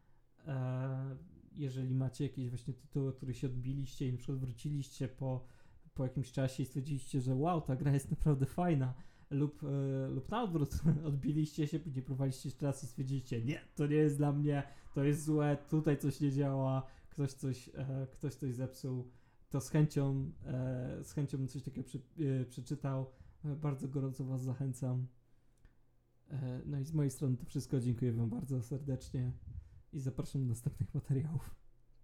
Jeżeli macie jakieś właśnie tytuły, które się odbiliście i na przykład wróciliście po jakimś czasie i stwierdziliście, że wow, ta gra jest naprawdę fajna, lub na odwrót, odbiliście się, później próbowaliście jeszcze raz i stwierdziliście, nie, to nie jest dla mnie, to jest złe, tutaj coś nie działa, ktoś coś zepsuł, to z chęcią bym coś takiego przeczytał. Bardzo gorąco Was zachęcam. No i z mojej strony to wszystko. Dziękuję Wam bardzo serdecznie i zapraszam do następnych materiałów.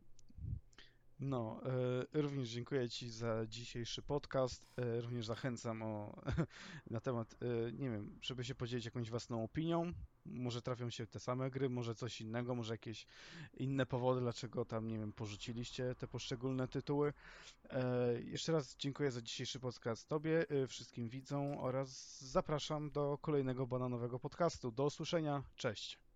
No, również dziękuję Ci za dzisiejszy podcast. Również zachęcam na temat, nie wiem, żeby się podzielić jakąś własną opinią. Może trafią się te same gry, może coś innego, może jakieś inne powody, dlaczego tam, nie wiem, porzuciliście te poszczególne tytuły. Jeszcze raz dziękuję za dzisiejszy podcast Tobie, wszystkim widzom oraz zapraszam do kolejnego bananowego podcastu. Do usłyszenia, cześć!